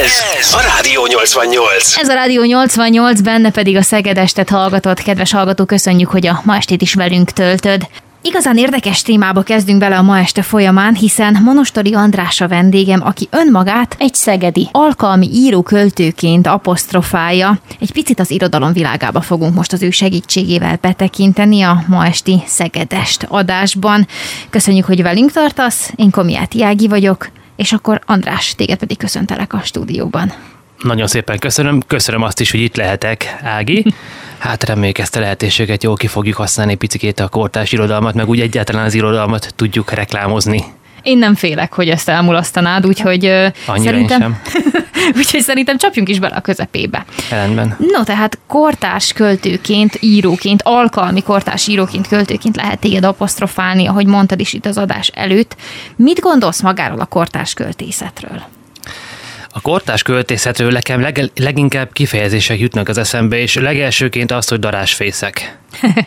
Ez a Rádió 88. Ez a Rádió 88, benne pedig a Szegedestet hallgatott. Kedves hallgató, köszönjük, hogy a ma estét is velünk töltöd. Igazán érdekes témába kezdünk bele a ma este folyamán, hiszen Monostori András a vendégem, aki önmagát egy szegedi alkalmi író-költőként apostrofálja. Egy picit az irodalom világába fogunk most az ő segítségével betekinteni a ma esti Szegedest adásban. Köszönjük, hogy velünk tartasz, én Komiáti Ági vagyok, és akkor András, téged pedig köszöntelek a stúdióban. Nagyon szépen köszönöm azt is, hogy itt lehetek, Ági. Hát reméljük ezt a lehetőséget jól ki fogjuk használni picikét a kortárs irodalmat, meg úgy egyáltalán az irodalmat tudjuk reklámozni. Én nem félek, hogy ezt elmulasztanád, úgyhogy szerintem csapjunk is bele a közepébe. Rendben. No, tehát kortárs költőként, íróként, alkalmi kortárs íróként, költőként lehet téged apostrofálni, ahogy mondtad is itt az adás előtt. Mit gondolsz magáról a kortárs költészetről? A kortárs költészetről nekem leginkább kifejezések jutnak az eszembe, és legelsőként azt, hogy darásfészek.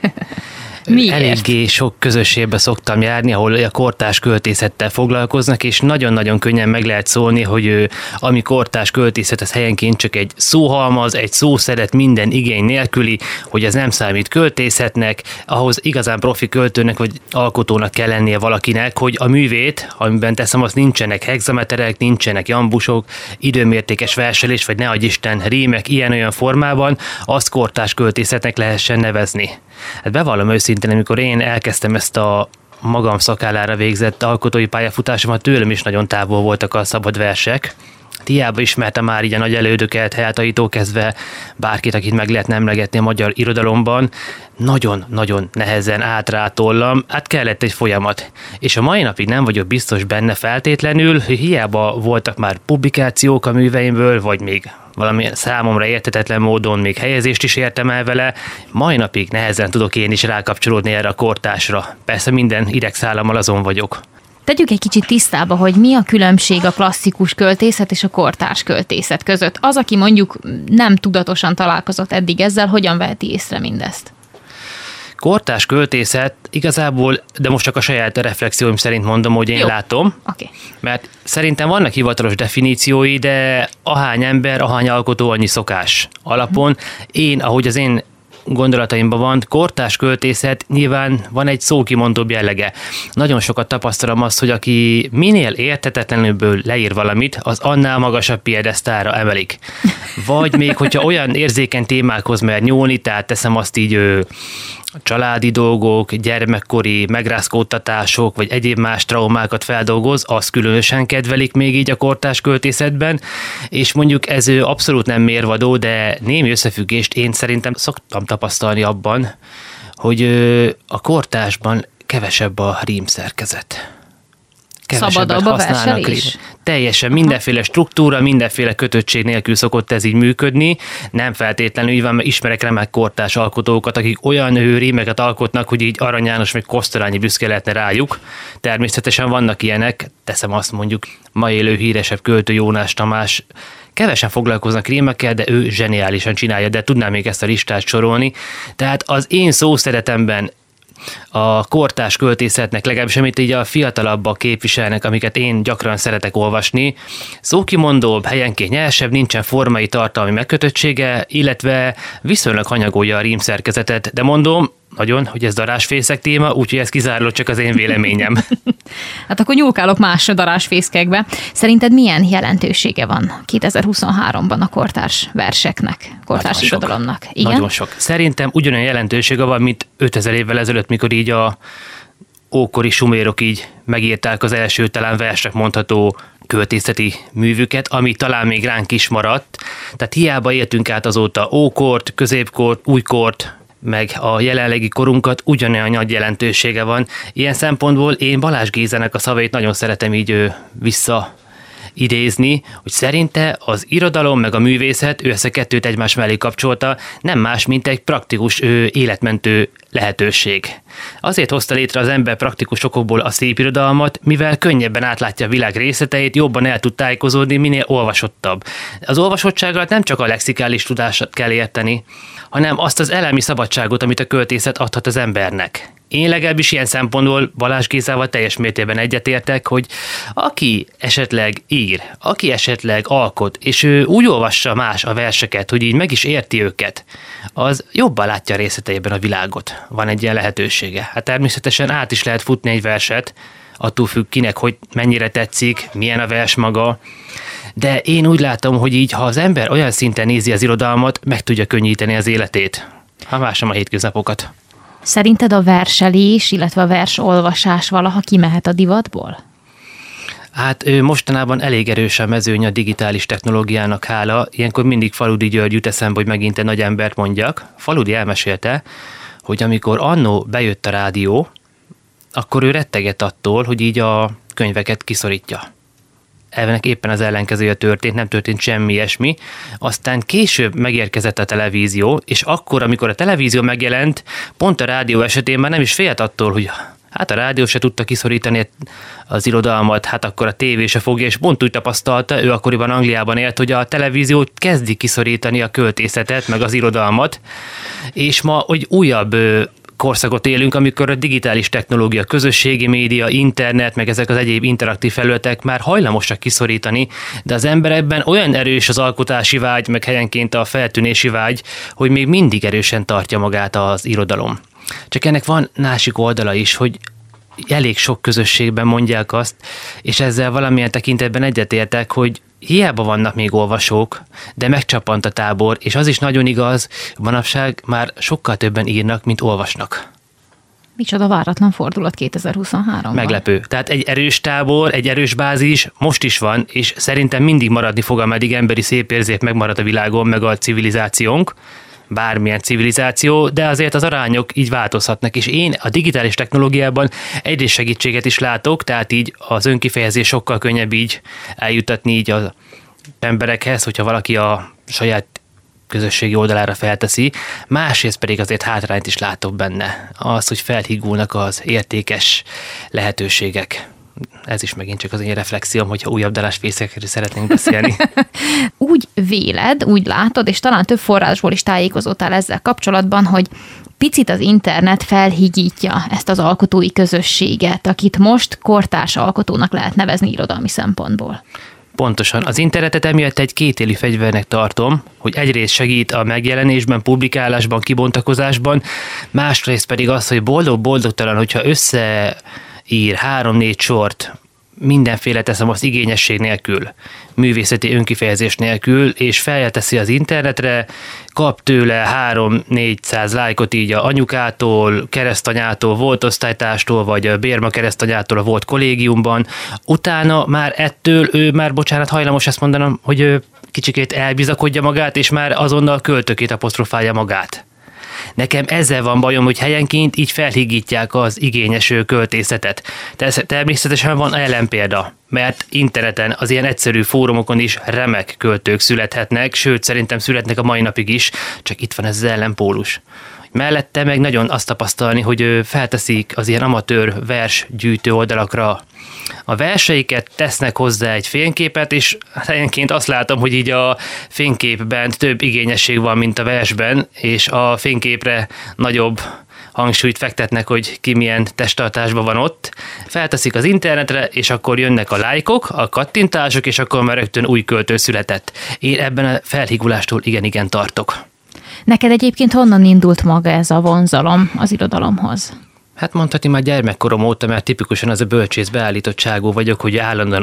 Miért? Eléggé sok közösségbe szoktam járni, ahol a kortárs költészettel foglalkoznak, és nagyon-nagyon könnyen meg lehet szólni, hogy ami kortárs költészet, ez helyenként csak egy szóhalmaz, egy szószeret, minden igény nélküli, hogy ez nem számít költészetnek, ahhoz igazán profi költőnek vagy alkotónak kell lennie valakinek, hogy a művét, amiben teszem, az nincsenek hexameterek, nincsenek jambusok, időmértékes verselés, vagy ne adj Isten rímek ilyen-olyan formában, azt kortárs költészetnek lehessen nevezni. Hát bevallom őszintén, amikor én elkezdtem ezt a magam szakállára végzett alkotói pályafutásomat, tőlem is nagyon távol voltak a szabad versek. Hiába ismertem már így a nagy elődöket, Heltaitól kezdve bárkit, akit meg lehetne emlegetni a magyar irodalomban, nagyon-nagyon nehezen átrátollam, hát kellett egy folyamat. És a mai napig nem vagyok biztos benne feltétlenül, hogy hiába voltak már publikációk a műveimből, vagy még valami számomra érthetetlen módon még helyezést is értem el vele, mai napig nehezen tudok én is rákapcsolódni erre a kortársra. Persze minden idegszállammal azon vagyok. Tegyük egy kicsit tisztába, hogy mi a különbség a klasszikus költészet és a kortárs költészet között. Az, aki mondjuk nem tudatosan találkozott eddig ezzel, hogyan veheti észre mindezt? Kortárs költészet igazából, de most csak a saját reflexióim szerint mondom, hogy én látom, Okay. Mert szerintem vannak hivatalos definíciói, de ahány ember, ahány alkotó, annyi szokás alapon. Én, ahogy az én gondolataimban van, kortárs költészet, nyilván van egy szókimondóbb jellege. Nagyon sokat tapasztalom azt, hogy aki minél érthetetlenül leír valamit, az annál magasabb piedesztára emelik. Vagy még, hogyha olyan érzékeny témákhoz mer nyúlni, tehát teszem azt így családi dolgok, gyermekkori megrázkódtatások, vagy egyéb más traumákat feldolgoz, azt különösen kedvelik még így a kortárs költészetben, és mondjuk ez abszolút nem mérvadó, de némi összefüggést én szerintem szoktam tapasztalni abban, hogy a kortársban kevesebb a rímszerkezet. Szabadabb a verselés? Teljesen mindenféle struktúra, mindenféle kötöttség nélkül szokott ez így működni. Nem feltétlenül így van, mert ismerek remek kortárs alkotókat, akik olyan rímeket alkotnak, hogy így Arany János vagy Kosztolányi büszke lehetne rájuk. Természetesen vannak ilyenek, teszem azt mondjuk, ma élő híresebb költő Jónás Tamás, kevesen foglalkoznak rímekkel, de ő zseniálisan csinálja, de tudnám még ezt a listát sorolni. Tehát az én szószeretemben a kortárs költészetnek, legalábbis amit így a fiatalabbak képviselnek, amiket én gyakran szeretek olvasni, szókimondóbb, helyenként nyelsebb, nincsen formai tartalmi megkötöttsége, illetve viszonylag hanyagolja a rímszerkezetet, de mondom, nagyon, hogy ez darásfészek téma, úgyhogy ez kizárólag csak az én véleményem. Hát akkor nyúlkálok más darásfészkekbe. Szerinted milyen jelentősége van 2023-ban a kortárs verseknek, kortárs irodalomnak? Igen? Nagyon sok. Szerintem ugyanolyan jelentősége van, mint 5000 évvel ezelőtt, mikor így a ókori sumérok így megírták az első talán versnek mondható költészeti művüket, ami talán még ránk is maradt. Tehát hiába éltünk át azóta ókort, középkort, újkort, meg a jelenlegi korunkat, ugyanolyan nagy jelentősége van. Ilyen szempontból én Balázs Gézának a szavait nagyon szeretem így visszaidézni, hogy szerinte az irodalom meg a művészet, ő ezt a kettőt egymás mellé kapcsolta, nem más, mint egy praktikus életmentő lehetőség. Azért hozta létre az ember praktikus okokból a szép irodalmat, mivel könnyebben átlátja a világ részleteit, jobban el tud tájékozódni, minél olvasottabb. Az olvasottság alatt nem csak a lexikális tudást kell érteni, hanem azt az elemi szabadságot, amit a költészet adhat az embernek. Én legalábbis ilyen szempontból Balázs Gézával teljes mértékben egyetértek, hogy aki esetleg ír, aki esetleg alkot, és ő úgy olvassa más a verseket, hogy így meg is érti őket, az jobban látja a részleteiben a világot. Van egy ilyen lehetősége. Hát természetesen át is lehet futni egy verset, attól függ kinek, hogy mennyire tetszik, milyen a vers maga, de én úgy látom, hogy így, ha az ember olyan szinten nézi az irodalmat, meg tudja könnyíteni az életét, ha más sem a hétköznapokat. Szerinted a verselés, illetve a versolvasás valaha kimehet a divatból? Hát ő mostanában elég erős a mezőny a digitális technológiának hála. Ilyenkor mindig Faludi György jut eszembe, hogy megint egy nagy embert mondjak. Faludi elmesélte, hogy amikor annó bejött a rádió, akkor ő rettegett attól, hogy így a könyveket kiszorítja. Ennek éppen az ellenkezője történt, nem történt semmi ilyesmi. Aztán később megérkezett a televízió, és akkor, amikor a televízió megjelent, pont a rádió esetén már nem is félt attól, hogy hát a rádió se tudta kiszorítani az irodalmat, hát akkor a tévé se fogja, és pont úgy tapasztalta, ő akkoriban Angliában élt, hogy a televízió kezdi kiszorítani a költészetet, meg az irodalmat, és ma, hogy újabb korszakot élünk, amikor a digitális technológia, közösségi média, internet, meg ezek az egyéb interaktív felületek már hajlamosak kiszorítani, de az emberekben olyan erős az alkotási vágy, meg helyenként a feltűnési vágy, hogy még mindig erősen tartja magát az irodalom. Csak ennek van másik oldala is, hogy elég sok közösségben mondják azt, és ezzel valamilyen tekintetben egyetértek, hogy hiába vannak még olvasók, de megcsapant a tábor, és az is nagyon igaz, manapság már sokkal többen írnak, mint olvasnak. Micsoda váratlan fordulat 2023-ban. Meglepő. Tehát egy erős tábor, egy erős bázis most is van, és szerintem mindig maradni fog, ameddig emberi szépérzék megmarad a világon, meg a civilizációnk, bármilyen civilizáció, de azért az arányok így változhatnak, és én a digitális technológiában egyrészt segítséget is látok, tehát így az önkifejezés sokkal könnyebb így eljutatni így az emberekhez, hogyha valaki a saját közösségi oldalára felteszi, másrészt pedig azért hátrányt is látok benne. Az, hogy felhigulnak az értékes lehetőségek. Ez is megint csak az én reflexióm, hogyha újabb darásfészekről szeretnénk beszélni. Úgy véled, úgy látod, és talán több forrásból is tájékozódtál ezzel kapcsolatban, hogy picit az internet felhigítja ezt az alkotói közösséget, akit most kortárs alkotónak lehet nevezni irodalmi szempontból. Pontosan. Az internetet emiatt egy kétélű fegyvernek tartom, hogy egyrészt segít a megjelenésben, publikálásban, kibontakozásban, másrészt pedig az, hogy boldog-boldogtalan, hogyha összeír 3-4 sort, mindenféle teszem azt igényesség nélkül, művészeti önkifejezés nélkül, és felteszi az internetre, kap tőle 300-400 lájkot így a anyukától, keresztanyától, volt osztálytástól, vagy a Bérma keresztanyától a volt kollégiumban. Utána már ettől ő már, bocsánat, hajlamos ezt mondanom, hogy ő kicsikét elbizakodja magát, és már azonnal költőkét apostrofálja magát. Nekem ezzel van bajom, hogy helyenként így felhigítják az igényes költészetet. Természetesen van ellenpélda, mert interneten, az ilyen egyszerű fórumokon is remek költők születhetnek, sőt szerintem születnek a mai napig is, csak itt van ez az ellenpólus. Mellette meg nagyon azt tapasztalni, hogy felteszik az ilyen amatőr versgyűjtő oldalakra a verseiket, tesznek hozzá egy fényképet, és helyenként azt látom, hogy így a fényképben több igényesség van, mint a versben, és a fényképre nagyobb hangsúlyt fektetnek, hogy ki milyen testtartásban van ott. Felteszik az internetre, és akkor jönnek a lájkok, a kattintások, és akkor már rögtön új költő született. Én ebben a felhígulástól igen tartok. Neked egyébként honnan indult maga ez a vonzalom az irodalomhoz? Hát mondhatni már gyermekkorom óta, mert tipikusan az a bölcsész beállítottságú vagyok, hogy állandóan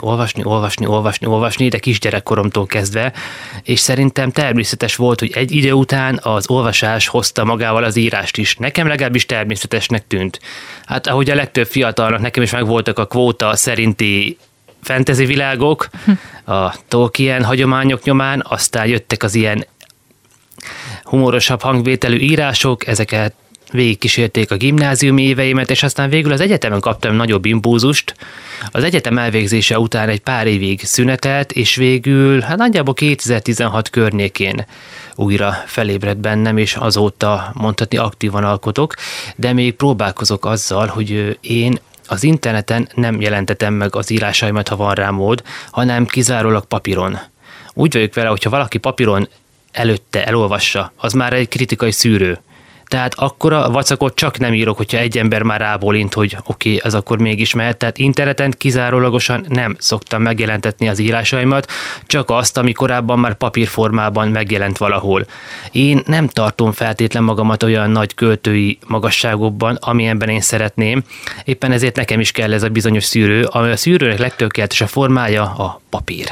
olvasni, de kisgyerekkoromtól kezdve, és szerintem természetes volt, hogy egy idő után az olvasás hozta magával az írást is. Nekem legalábbis természetesnek tűnt. Hát ahogy a legtöbb fiatalnak, nekem is megvoltak a kvóta szerinti fantasy világok, a Tolkien hagyományok nyomán, aztán jöttek az ilyen humorosabb hangvételű írások, ezeket végigkísérték a gimnáziumi éveimet, és aztán végül az egyetemen kaptam nagyobb impulzust. Az egyetem elvégzése után egy pár évig szünetelt, és végül nagyjából 2016 környékén újra felébredt bennem, és azóta mondhatni aktívan alkotok, de még próbálkozok azzal, hogy én az interneten nem jelentetem meg az írásaimat, ha van rá mód, hanem kizárólag papíron. Úgy vagyok vele, hogyha valaki papíron előtte elolvassa, az már egy kritikai szűrő. Tehát akkora vacakot csak nem írok, hogyha egy ember már rábólint, hogy oké, ez akkor mégis mehet. Tehát interneten kizárólagosan nem szoktam megjelentetni az írásaimat, csak azt, ami korábban már papírformában megjelent valahol. Én nem tartom feltétlen magamat olyan nagy költői magasságokban, amilyenben én szeretném. Éppen ezért nekem is kell ez a bizonyos szűrő, ami a szűrőnek legtökéletesebb formája a papír.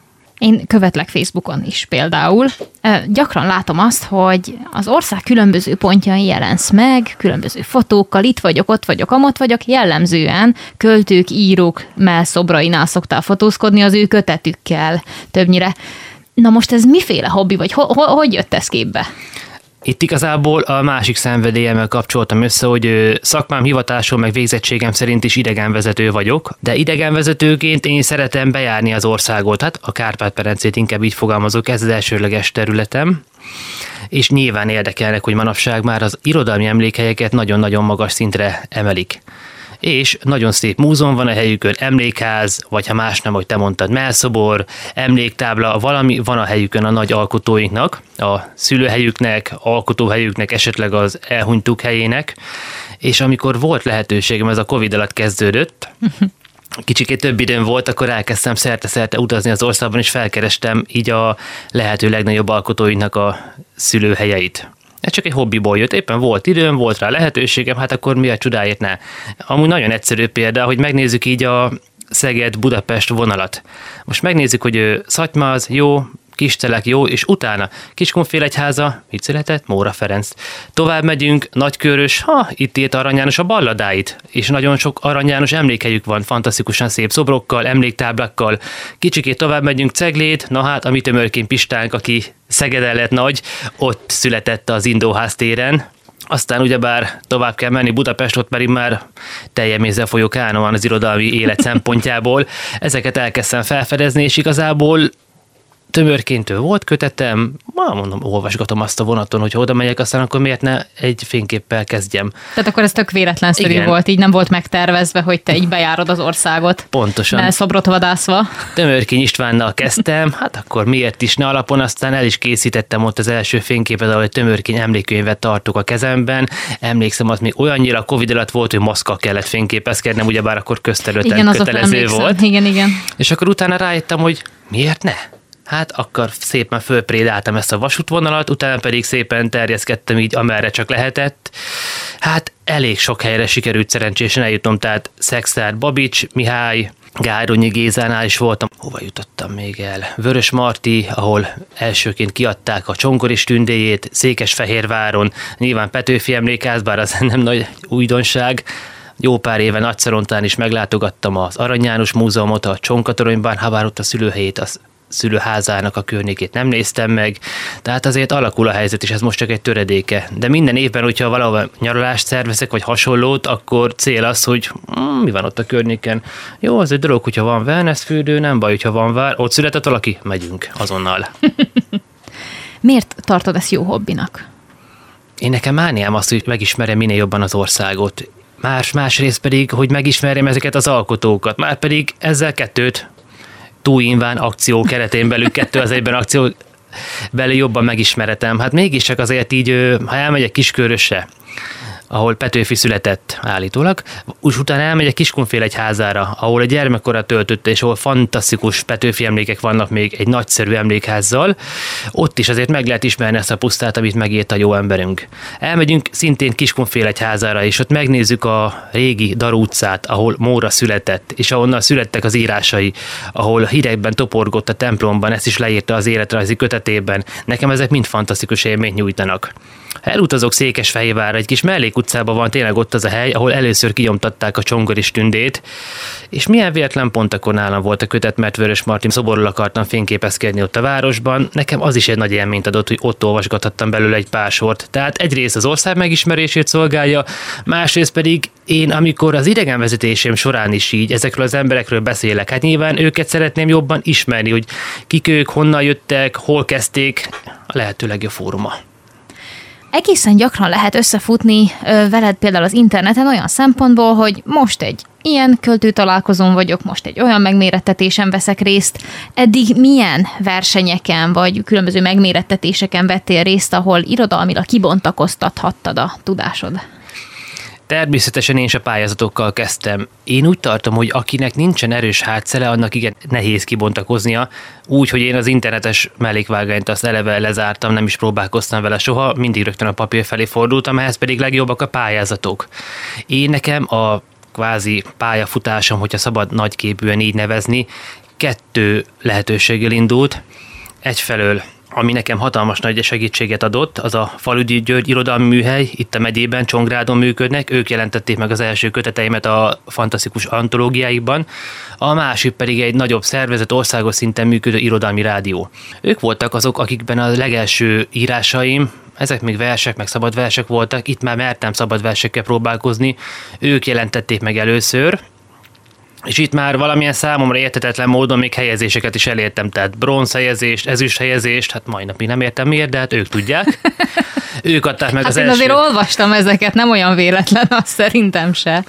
Én követlek Facebookon is például. Gyakran látom azt, hogy az ország különböző pontjain jelensz meg, különböző fotókkal, itt vagyok, ott vagyok, amott vagyok, jellemzően költők, írók mellszobrainál szoktál fotózkodni az ő kötetükkel többnyire. Na most ez miféle hobbi, vagy hogy jött ez képbe? Itt igazából a másik szenvedélyemmel kapcsoltam össze, hogy szakmám, hivatásom, meg végzettségem szerint is idegenvezető vagyok, de idegenvezetőként én szeretem bejárni az országot, hát a Kárpát-medencét inkább így fogalmazok, ez az elsődleges területem, és nyilván érdekelnek, hogy manapság már az irodalmi emlékhelyeket nagyon-nagyon magas szintre emelik. És nagyon szép múzeum van a helyükön, emlékház, vagy ha más nem, hogy te mondtad, mellszobor, emléktábla, valami van a helyükön a nagy alkotóinknak, a szülőhelyüknek, alkotóhelyüknek, esetleg az elhunytuk helyének, és amikor volt lehetőségem, ez a Covid alatt kezdődött, kicsikét több időm volt, akkor elkezdtem szerte-szerte utazni az országban, és felkerestem így a lehető legnagyobb alkotóinknak a szülőhelyeit. Ez csak egy hobbiból jött, éppen volt időm, volt rá lehetőségem, hát akkor mi a csodáért ne. Amúgy nagyon egyszerű példa, hogy megnézzük így a Szeged-Budapest vonalat. Most megnézzük, hogy Szatyma jó, Kistelek jó, és utána Kiskunfélegyháza, mit született? Móra Ferenc. Tovább megyünk, Nagykörös, itt írt Arany János a balladáit, és nagyon sok Arany János emlékhelyük van, fantasztikusan szép szobrokkal, emléktáblakkal. Kicsikét tovább megyünk, Ceglét, na hát a mi tömörkén Pistánk, aki Szegeden lett nagy, ott született az Indóház téren. Aztán ugyebár tovább kell menni Budapest, ott pedig már teljemézzel folyó kánon van az irodalmi élet szempontjából. Ezeket elkezdtem felfedezni, és igazából tömörkéntől volt kötetem, mondom, olvasgatom azt a vonaton, hogy oda megyek, aztán akkor miért ne egy fényképpel kezdjem. Tehát akkor ez tök véletlenszerű volt, így nem volt megtervezve, hogy te így bejárod az országot. Pontosan. Mellszobrot vadászva. Tömörkény Istvánnal kezdtem, hát akkor miért is ne alapon, aztán el is készítettem ott az első fényképet, ahol egy Tömörkény emlékkönyvet tartok a kezemben. Emlékszem, az még olyannyira Covid alatt volt, hogy maszkkal kellett fényképezkednem, ugyebár akkor közterületen kötelező volt. Igen. És akkor utána rájöttem, hogy miért ne? Hát akkor szépen fölprédáltam ezt a vasútvonalat, utána pedig szépen terjeszkedtem így, amerre csak lehetett. Hát elég sok helyre sikerült szerencsésen eljutnom, tehát Szekszárd, Babics, Mihály, Gáronyi Gézánál is voltam. Hova jutottam még el? Vörösmarty, ahol elsőként kiadták a Csonkoris tündéjét, Székesfehérváron, nyilván Petőfi emlékház, bár az nem nagy újdonság. Jó pár éve Nagyszalontán is meglátogattam az Arany János Múzeumot, a Csonkatoronyban, ha bár ott a szülőhelyét, az szülőházának a környékét nem néztem meg, tehát azért alakul a helyzet, és ez most csak egy töredéke. De minden évben, hogyha valahol nyaralást szervezek, vagy hasonlót, akkor cél az, hogy mi van ott a környéken. Jó, az egy dolog, hogyha van wellness fürdő, nem baj, hogyha van vár, ott született valaki, megyünk azonnal. Miért tartod ezt jó hobbinak? Én nekem mániám azt, hogy megismerjem minél jobban az országot. Másrészt pedig, hogy megismerjem ezeket az alkotókat. Már pedig ezzel kettőt túlinván akció keretén belül, 2-1-ben akció belül jobban megismeretem. Hát mégiscsak azért így, ha elmegyek Kiskörösre, ahol Petőfi született állítólag, és utána elmegyek Kiskunfélegyházára, ahol a gyermekkora töltötte, és ahol fantasztikus Petőfi emlékek vannak még egy nagyszerű emlékházzal, ott is azért meg lehet ismerni ezt a pusztát, amit megírt a jó emberünk. Elmegyünk szintén Kiskunfélegyházára, és ott megnézzük a régi Darú utcát, ahol Móra született, és ahonnan születtek az írásai, ahol hidegben toporgott a templomban, ezt is leírta az életrajzi kötetében. Nekem ezek mind fantasztikus élményt nyújtanak. Elutazok Székesfehérvárra, egy kis mellékutcában van tényleg ott az a hely, ahol először kinyomtatták a Csonkoris tündét, és milyen véletlen pont akkor nálam volt a kötet, mert Vörösmarty szoborról akartam fényképezkedni ott a városban. Nekem az is egy nagy élményt adott, hogy ott olvasgathattam belőle egy pár sort. Tehát egyrészt az ország megismerését szolgálja, másrészt pedig én, amikor az idegenvezetésem során is így ezekről az emberekről beszélek, hát nyilván őket szeretném jobban ismerni, hogy kik ők, honnan jöttek, hol kezdték, a lehető legjobb fóruma. Egészen gyakran lehet összefutni veled például az interneten olyan szempontból, hogy most egy ilyen költő találkozón vagyok, most egy olyan megmérettetésen veszek részt. Eddig milyen versenyeken vagy különböző megmérettetéseken vettél részt, ahol irodalmilag kibontakoztathattad a tudásod? Természetesen én is a pályázatokkal kezdtem. Én úgy tartom, hogy akinek nincsen erős hátszele, annak igen nehéz kibontakoznia, úgy, hogy én az internetes mellékvágányt azt eleve lezártam, nem is próbálkoztam vele soha, mindig rögtön a papír felé fordultam, ehhez pedig legjobbak a pályázatok. Nekem a kvázi pályafutásom, hogyha szabad nagyképűen így nevezni, 2 lehetőséggel indult. Egyfelől, ami nekem hatalmas nagy segítséget adott, az a Faludi György irodalmi műhely, itt a megyében, Csongrádon működnek, ők jelentették meg az első köteteimet a fantasztikus antológiáikban, a másik pedig egy nagyobb szervezet, országos szinten működő irodalmi rádió. Ők voltak azok, akikben a legelső írásaim, ezek még versek, meg szabad versek voltak, itt már mertem szabad versekkel próbálkozni, ők jelentették meg először, és itt már valamilyen számomra érthetetlen módon még helyezéseket is elértem, tehát bronz helyezést, ezüst helyezést, hát mai napig nem értem miért, de hát ők tudják. Ők adták meg az én első... azért olvastam ezeket, nem olyan véletlen, azt szerintem se.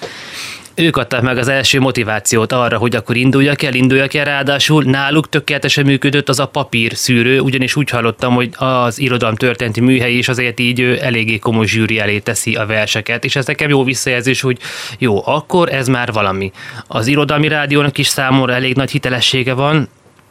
Ők adták meg az első motivációt arra, hogy akkor induljak el, ráadásul náluk tökéletesen működött az a papír szűrő, ugyanis úgy hallottam, hogy az irodalomtörténeti műhely is azért így eléggé komoly zsűri elé teszi a verseket, és ez nekem jó visszajelzés, hogy jó, akkor ez már valami. Az irodalmi rádiónak is számomra elég nagy hitelessége van,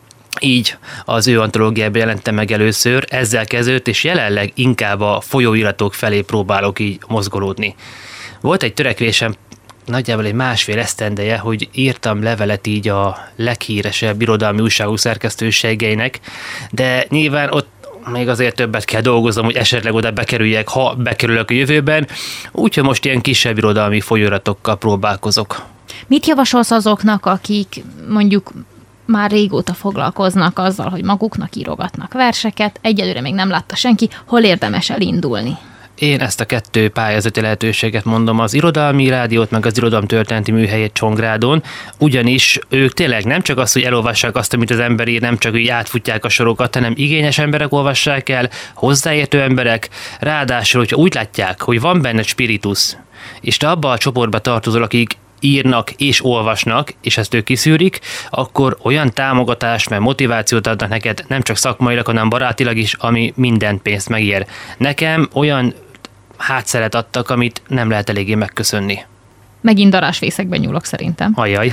így az ő antológiájában jelentem meg először, ezzel kezdődött, és jelenleg inkább a folyóiratok felé próbálok így mozgolódni. Volt egy törekvésem nagyjából egy 1,5 esztendeje, hogy írtam levelet így a leghíresebb irodalmi újságú szerkesztőségeinek, de nyilván ott még azért többet kell dolgoznom, hogy esetleg oda bekerüljek, ha bekerülök a jövőben, úgyhogy most ilyen kisebb irodalmi folyóiratokkal próbálkozok. Mit javasolsz azoknak, akik mondjuk már régóta foglalkoznak azzal, hogy maguknak írogatnak verseket, egyelőre még nem látta senki, hol érdemes elindulni? Én ezt a 2 pályázati lehetőséget mondom, az irodalmi rádiót, meg az irodalomtörténeti műhelyet Csongrádon, ugyanis ők tényleg nem csak azt, hogy elolvassák azt, amit az ember ír, nem csak, hogy átfutják a sorokat, hanem igényes emberek olvassák el, hozzáértő emberek, ráadásul, hogyha úgy látják, hogy van benne spiritus, és te abba a csoportba tartozol, akik írnak és olvasnak, és ezt ők kiszűrik, akkor olyan támogatást, mert motivációt adnak neked, nem csak szakmailag, hanem barátilag is, ami minden pénzt megér. Nekem olyan hátszeret adtak, amit nem lehet eléggé megköszönni. Megint darásfészekben nyúlok szerintem. Ajaj.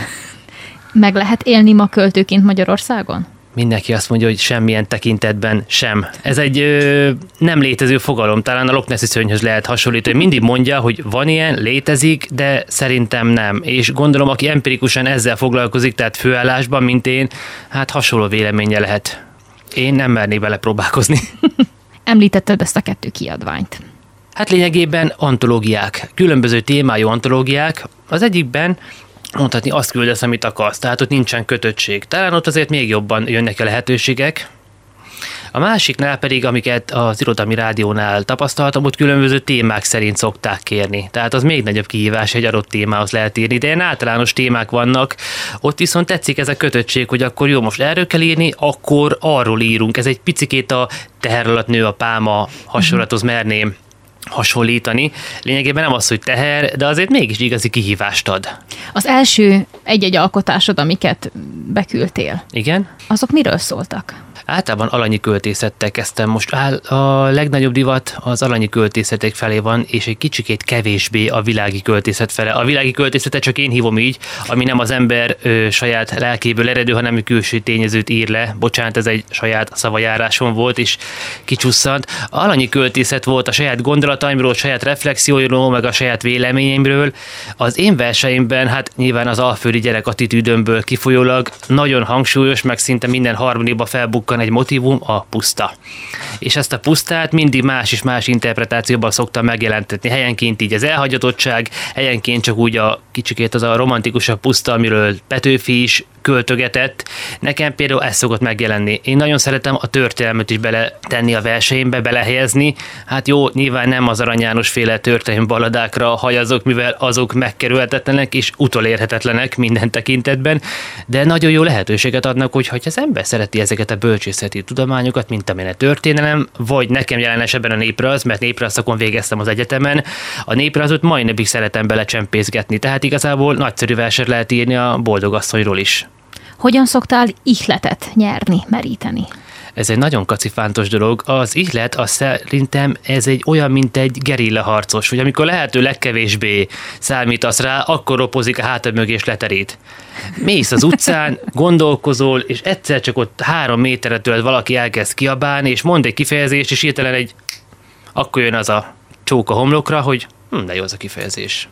Meg lehet élni ma költőként Magyarországon? Mindenki azt mondja, hogy semmilyen tekintetben sem. Ez egy nem létező fogalom, talán a Loch Nessi szörnyhöz lehet hasonlítani. Mindig mondja, hogy van ilyen, létezik, de szerintem nem. És gondolom, aki empirikusan ezzel foglalkozik, tehát főállásban, mint én, hát hasonló véleménye lehet. Én nem mernék vele próbálkozni. Említetted ezt a 2 kiadványt. Hát lényegében antológiák, különböző témájú antológiák. Az egyikben mondhatni, azt küldesz, amit akarsz, tehát ott nincsen kötöttség. Talán ott azért még jobban jönnek a lehetőségek. A másiknál pedig, amiket az irodalmi rádiónál tapasztaltam, ott különböző témák szerint szokták kérni. Tehát az még nagyobb kihívás, egy adott témához lehet írni, de ilyen általános témák vannak. Ott viszont tetszik ez a kötöttség, hogy akkor jó, most erről kell írni, akkor arról írunk. Ez egy picikét a teher alatt nő a pálma hasonlathoz merném hasonlítani. Lényegében nem az, hogy teher, de azért mégis igazi kihívást ad. Az első egy-egy alkotásod, amiket beküldtél. Igen? Azok miről szóltak? Általában alanyi költészettel kezdtem. Most a legnagyobb divat az alanyi költészetek felé van, és egy kicsikét kevésbé a világi költészet fele. A világi költészetet csak én hívom így, ami nem az ember saját lelkéből eredő, hanem egy külső tényezőt ír le. Bocsánat, ez egy saját szavajárásom volt, és kicsusszant. A alanyi költészet volt a saját gondolataimról, a saját reflexióimról, meg a saját véleményeimről. Az én verseimben, hát nyilván az alföldi gyerek attitűdömből kifolyólag nagyon hangsúlyos, meg szinte minden harmadikba felbukkan egy motívum, a puszta. És ezt a pusztát mindig más és más interpretációban szoktam megjelentetni. Helyenként így az elhagyatottság, helyenként csak úgy a kicsikét az a romantikusabb puszta, amiről Petőfi is költögetett. Nekem például ez szokott megjelenni. Én nagyon szeretem a történelmet is beletenni a verseimbe, belehelyezni. Hát jó, nyilván nem az Arany János féle történelmi balladákra hajazok, mivel azok megkerülhetetlenek és utolérhetetlenek minden tekintetben, de nagyon jó lehetőséget adnak, hogyha az ember szereti ezeket a bölcsészeti tudományokat, mint amilyen a történelem, vagy nekem jelen esetben a néprajz, mert néprajzszakon végeztem az egyetemen. A néprajzot mai napig szeretem belecsempészgetni, tehát igazából nagyszerű verset lehet írni a boldogasszonyról is. Hogyan szoktál ihletet nyerni, meríteni? Ez egy nagyon kacifántos dolog. Az ihlet, az szerintem ez egy olyan, mint egy gerillaharcos, hogy amikor lehető legkevésbé számítasz rá, akkor ropozik a hátad mögé és leterít. Mész az utcán, gondolkozol, és egyszer csak ott 3 méterre tőled valaki elkezd kiabálni, és mond egy kifejezést, és hirtelen akkor jön az a csók a homlokra, hogy de jó az a kifejezés.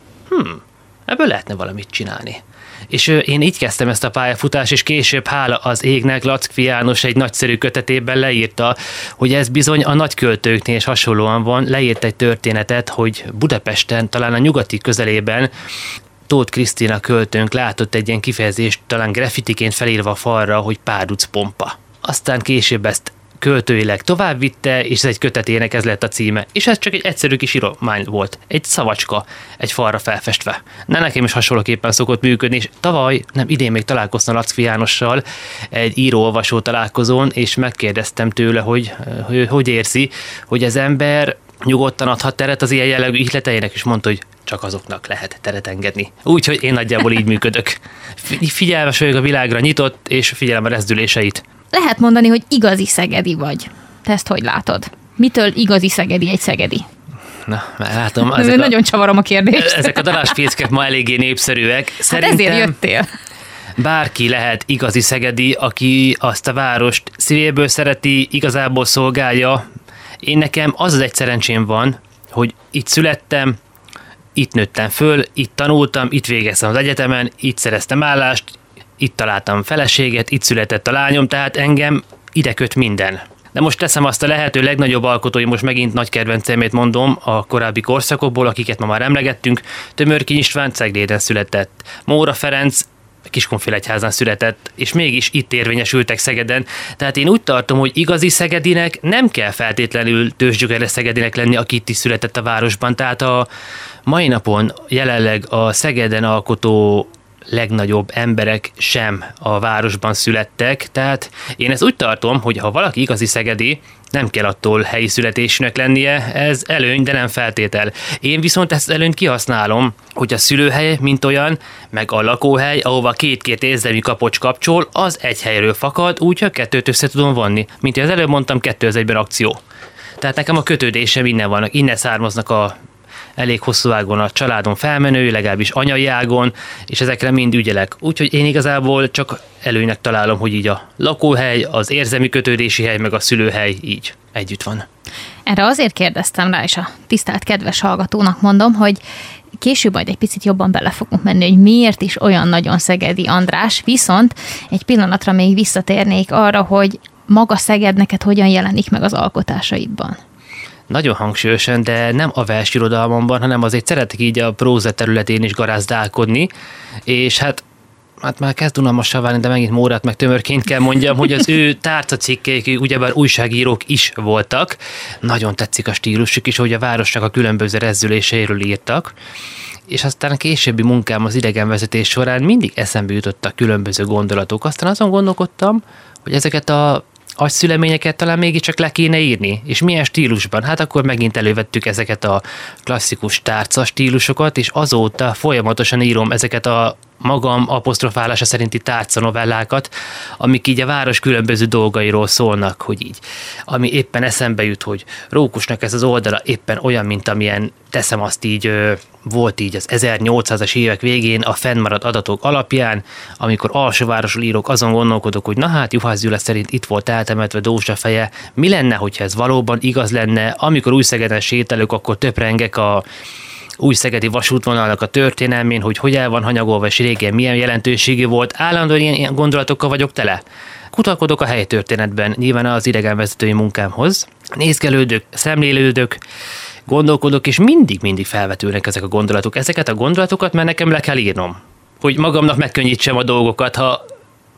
Ebből lehetne valamit csinálni. És én így kezdtem ezt a pályafutást, és később hála az égnek Lackfi János egy nagyszerű kötetében leírta, hogy ez bizony a nagyköltőknél is hasonlóan van. Leírt egy történetet, hogy Budapesten, talán a nyugati közelében Tóth Krisztina költőnk látott egy ilyen kifejezést, talán graffitiként felírva a falra, hogy párduc pompa. Aztán később ezt költőileg tovább vitte, és ez egy kötetének ez lett a címe. És ez csak egy egyszerű kis íromány volt. Egy szavacska, egy falra felfestve. Nekem is hasonlóképpen szokott működni, és idén még találkoztam Lackfi Jánossal egy író-olvasó találkozón, és megkérdeztem tőle, hogy érzi, hogy az ember nyugodtan adhat teret az ilyen jellegű ihleteinek, és mondta, hogy csak azoknak lehet teret engedni. Úgyhogy én nagyjából így működök. Figyelmes vagyok a világra, nyitott, és figyelem a rezdüléseit. Lehet mondani, hogy igazi szegedi vagy. Te ezt hogy látod? Mitől igazi szegedi egy szegedi? Na, már látom. Nagyon csavarom a kérdést. Ezek a darásfészkek ma eléggé népszerűek. Szerintem ezért jöttél. Bárki lehet igazi szegedi, aki azt a várost szívéből szereti, igazából szolgálja. Én nekem az egy szerencsém van, hogy itt születtem, itt nőttem föl, itt tanultam, itt végeztem az egyetemen, itt szereztem állást, itt találtam feleséget, itt született a lányom, tehát engem ide köt minden. De most teszem azt a lehető legnagyobb alkotói, most megint nagy kedvencemét mondom a korábbi korszakokból, akiket ma már emlegettünk. Tömörkény István Cegléden született, Móra Ferenc Kiskunfélegyházán született, és mégis itt érvényesültek Szegeden. Tehát én úgy tartom, hogy igazi szegedinek nem kell feltétlenül tőzsgyökeres szegedinek lenni, aki itt is született a városban. Tehát a mai napon jelenleg a Szegeden alkotó legnagyobb emberek sem a városban születtek, tehát én ezt úgy tartom, hogy ha valaki igazi szegedi, nem kell attól helyi születésűnek lennie, ez előny, de nem feltétel. Én viszont ezt előnyt kihasználom, hogy a szülőhely, mint olyan, meg a lakóhely, ahova két érzelmi kapocs kapcsol, az egy helyről fakad, úgy, ha kettőt össze tudom vonni. Mint az előbb mondtam, 2 az 1-ben akció. Tehát nekem a kötődésem innen vannak, innen származnak a elég hosszú ágon a családon felmenő, legalábbis anyai ágon, és ezekre mind ügyelek. Úgyhogy én igazából csak előnynek találom, hogy így a lakóhely, az érzelmi kötődési hely, meg a szülőhely így együtt van. Erre azért kérdeztem rá, és a tisztelt kedves hallgatónak mondom, hogy később majd egy picit jobban bele fogunk menni, hogy miért is olyan nagyon szegedi András, viszont egy pillanatra még visszatérnék arra, hogy maga Szeged neked hogyan jelenik meg az alkotásaidban. Nagyon hangsúlyosan, de nem a versirodalmamban, hanem azért szeretek így a próza területén is garázdálkodni, és hát már kezd unalmassá válni, de megint Mórát meg Tömörként kell mondjam, hogy az ő tárcacikkeik, ugyebár újságírók is voltak. Nagyon tetszik a stílusuk is, hogy a városnak a különböző rezdüléseiről írtak, és aztán a későbbi munkám az idegenvezetés során mindig eszembe jutottak különböző gondolatok. Aztán azon gondolkodtam, hogy ezeket a agyszüleményeket talán mégiscsak le kéne írni, és milyen stílusban? Hát akkor megint elővettük ezeket a klasszikus tárca stílusokat, és azóta folyamatosan írom ezeket a magam apostrofálása szerinti tárca novellákat, amik így a város különböző dolgairól szólnak, hogy így. Ami éppen eszembe jut, hogy Rókusnak ez az oldala éppen olyan, mint amilyen, teszem azt így, volt így az 1800-as évek végén a fennmaradt adatok alapján, amikor alsóvárosról írok, azon gondolkodok, hogy na hát Juhász Gyula szerint itt volt eltemetve Dózsa feje, mi lenne, hogyha ez valóban igaz lenne, amikor Újszegeden sétálok, akkor töprengek a újszegedi vasútvonalnak a történelmén, hogy el van hanyagolva, és régen milyen jelentőségű volt. Állandóan ilyen gondolatokkal vagyok tele. Kutatkodok a helytörténetben, nyilván az idegenvezetői munkámhoz. Nézgelődök, szemlélődök, gondolkodok, és mindig felvetülnek ezek a gondolatok. Ezeket a gondolatokat már nekem le kell írnom, hogy magamnak megkönnyítsem a dolgokat. Ha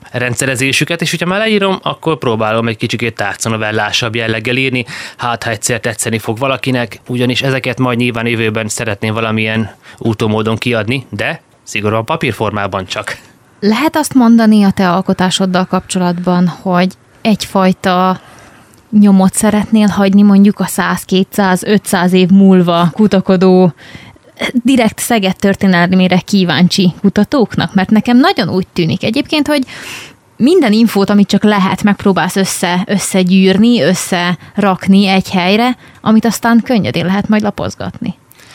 rendszerezésüket, és hogyha már leírom, akkor próbálom egy kicsikét tárcanovellásabb jelleggel írni, hát ha egyszer tetszeni fog valakinek, ugyanis ezeket majd nyilván jövőben szeretném valamilyen úton-módon kiadni, de szigorúan papírformában csak. Lehet azt mondani a te alkotásoddal kapcsolatban, hogy egyfajta nyomot szeretnél hagyni mondjuk a 100, 200, 500 év múlva kutakodó, direkt Szeged történelmére kíváncsi kutatóknak? Mert nekem nagyon úgy tűnik egyébként, hogy minden infót, amit csak lehet, megpróbálsz összegyűrni, összerakni egy helyre, amit aztán könnyedén lehet majd lapozgatni.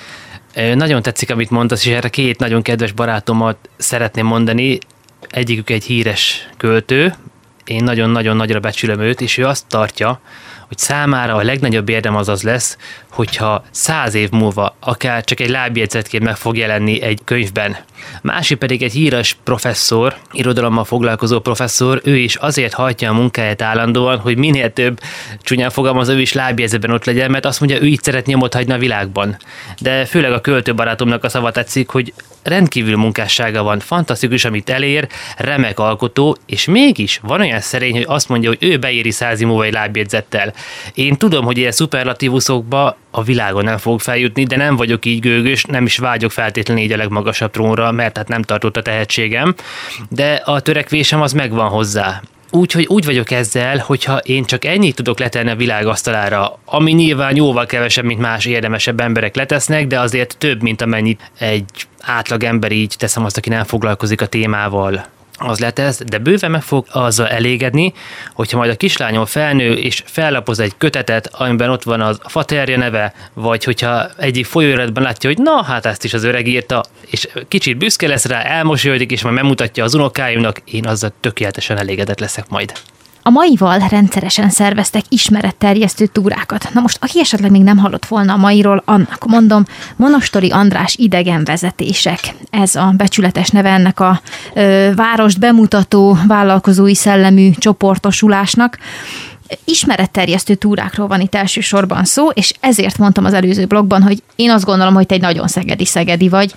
Nagyon tetszik, amit mondasz, és erre két nagyon kedves barátomat szeretném mondani. Egyikük egy híres költő, én nagyon-nagyon nagyra becsülöm őt, és ő azt tartja, hogy számára a legnagyobb érdem az lesz, hogyha 100 év múlva akár csak egy lábjegyzetként meg fog jelenni egy könyvben. Másik pedig egy híres professzor, irodalommal foglalkozó professzor, ő is azért hajtja a munkáját állandóan, hogy minél több, csúnyán fogalmaz, ő is lábjegyzetben ott legyen, mert azt mondja, ő így szeret nyomot hagyni a világban. De főleg a költőbarátomnak a szava tetszik, hogy rendkívül munkássága van, fantasztikus, amit elér, remek alkotó, és mégis van olyan szerény, hogy azt mondja, hogy ő beéri 100 év múlva egy lábjegyzettel. Én tudom, hogy ilyen szuperlatívuszokba a világon nem fogok feljutni, de nem vagyok így gőgös, nem is vágyok feltétlenül így a legmagasabb trónra, mert hát nem tartott a tehetségem, de a törekvésem az megvan hozzá. Úgyhogy úgy vagyok ezzel, hogyha én csak ennyit tudok letenni a világ asztalára, ami nyilván jóval kevesebb, mint más érdemesebb emberek letesznek, de azért több, mint amennyit egy átlag ember, így teszem azt, aki nem foglalkozik a témával, az letesz, de bőven meg fog azzal elégedni, hogyha majd a kislányom felnő és fellapoz egy kötetet, amiben ott van az faterja neve, vagy hogyha egyik folyóiratban látja, hogy na, hát ezt is az öreg írta, és kicsit büszke lesz rá, elmosolyodik, és majd megmutatja az unokáimnak, én azzal tökéletesen elégedett leszek majd. A maival rendszeresen szerveztek ismeretterjesztő túrákat. Na most, aki esetleg még nem hallott volna a mairól, annak mondom, Monostori András idegenvezetések. Ez a becsületes neve ennek a várost bemutató vállalkozói szellemű csoportosulásnak. Ismeretterjesztő túrákról van itt elsősorban szó, és ezért mondtam az előző blogban, hogy én azt gondolom, hogy te egy nagyon szegedi vagy.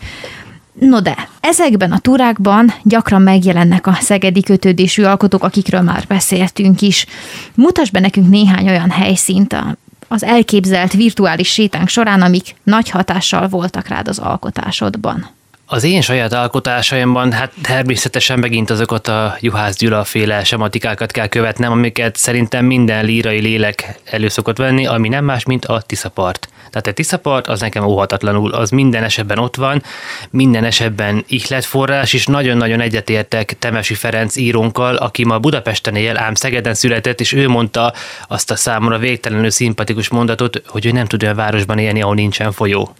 No de, ezekben a túrákban gyakran megjelennek a szegedi kötődésű alkotók, akikről már beszéltünk is. Mutass be nekünk néhány olyan helyszínt az elképzelt virtuális sétánk során, amik nagy hatással voltak rád az alkotásodban. Az én saját alkotásaimban, hát természetesen megint azokat a Juhász Gyula féle sematikákat kell követnem, amiket szerintem minden lírai lélek elő szokott venni, ami nem más, mint a Tiszapart. Tehát a Tiszapart az nekem óhatatlanul, az minden esetben ott van, minden esetben ihletforrás, és nagyon-nagyon egyetértek Temesi Ferenc írónkkal, aki ma Budapesten él, ám Szegeden született, és ő mondta azt a számomra végtelenül szimpatikus mondatot, hogy ő nem tud olyan városban élni, ahol nincsen folyó.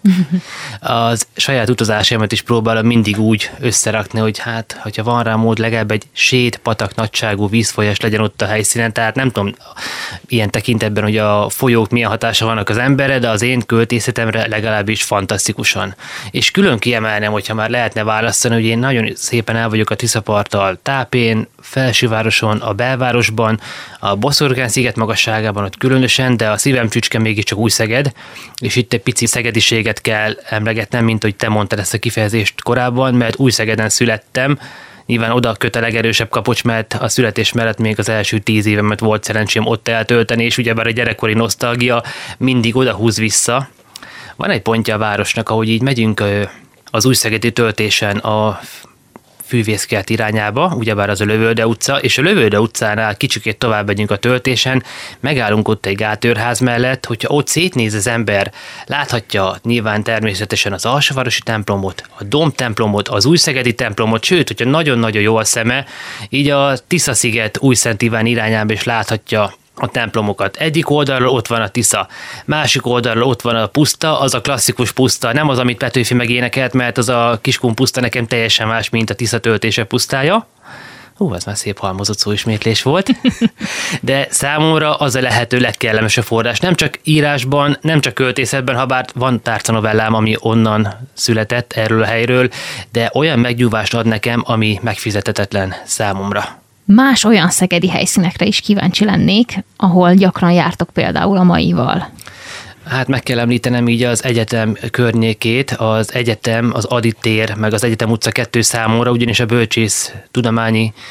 Az saját utazásaimat is próbálom mindig úgy összerakni, hogy hát, hogyha van rá mód, legalább egy patak nagyságú vízfolyás legyen ott a helyszínen, tehát nem tudom ilyen tekintetben, hogy a folyók milyen hatása vannak az emberre, de az én költészetemre legalábbis fantasztikusan. És külön kiemelnem, hogyha már lehetne választani, hogy én nagyon szépen el vagyok a Tiszaparttal Tápén, Felsővároson, a belvárosban, a Boszorkán-sziget magasságában ott különösen, de a szívem csücske mégiscsak Újszeged, és itt egy pici szegediséget kell emlegetnem, mint hogy te mondtad ezt a kifejezést korábban, mert Újszegeden születtem. Nyilván oda köt a legerősebb kapocs, mert a születés mellett még az első 10 évemet volt szerencsém ott eltölteni, és ugyebár a gyerekkori nosztalgia mindig oda húz vissza. Van egy pontja a városnak, ahogy így megyünk az újszegedi töltésen a Fűvészkert irányába, ugyebár az a Lövölde utca, és a Lövölde utcánál kicsikét tovább megyünk a töltésen, megállunk ott egy gátőrház mellett, hogyha ott szétnéz az ember, láthatja nyilván természetesen az Alsóvárosi templomot, a Dóm templomot, az Újszegedi templomot, sőt, hogyha nagyon-nagyon jó a szeme, így a Tisza-sziget Újszent Iván irányába is láthatja a templomokat. Egyik oldalról ott van a Tisza, másik oldalról ott van a puszta, az a klasszikus puszta, nem az, amit Petőfi megénekelt, mert az a Kiskun puszta nekem teljesen más, mint a Tisza töltése pusztája. Ez már szép halmozott szóismétlés volt. De számomra az a lehető legkellemesebb forrás. Nem csak írásban, nem csak költészetben, habár van tárcanovellám, ami onnan született erről a helyről, de olyan megnyugvást ad nekem, ami megfizethetetlen számomra. Más olyan szegedi helyszínekre is kíváncsi lennék, ahol gyakran jártok például a maival. Hát meg kell említenem így az egyetem környékét, az egyetem, az Adi tér, meg az Egyetem utca 2 számomra, ugyanis a bölcsész tudományi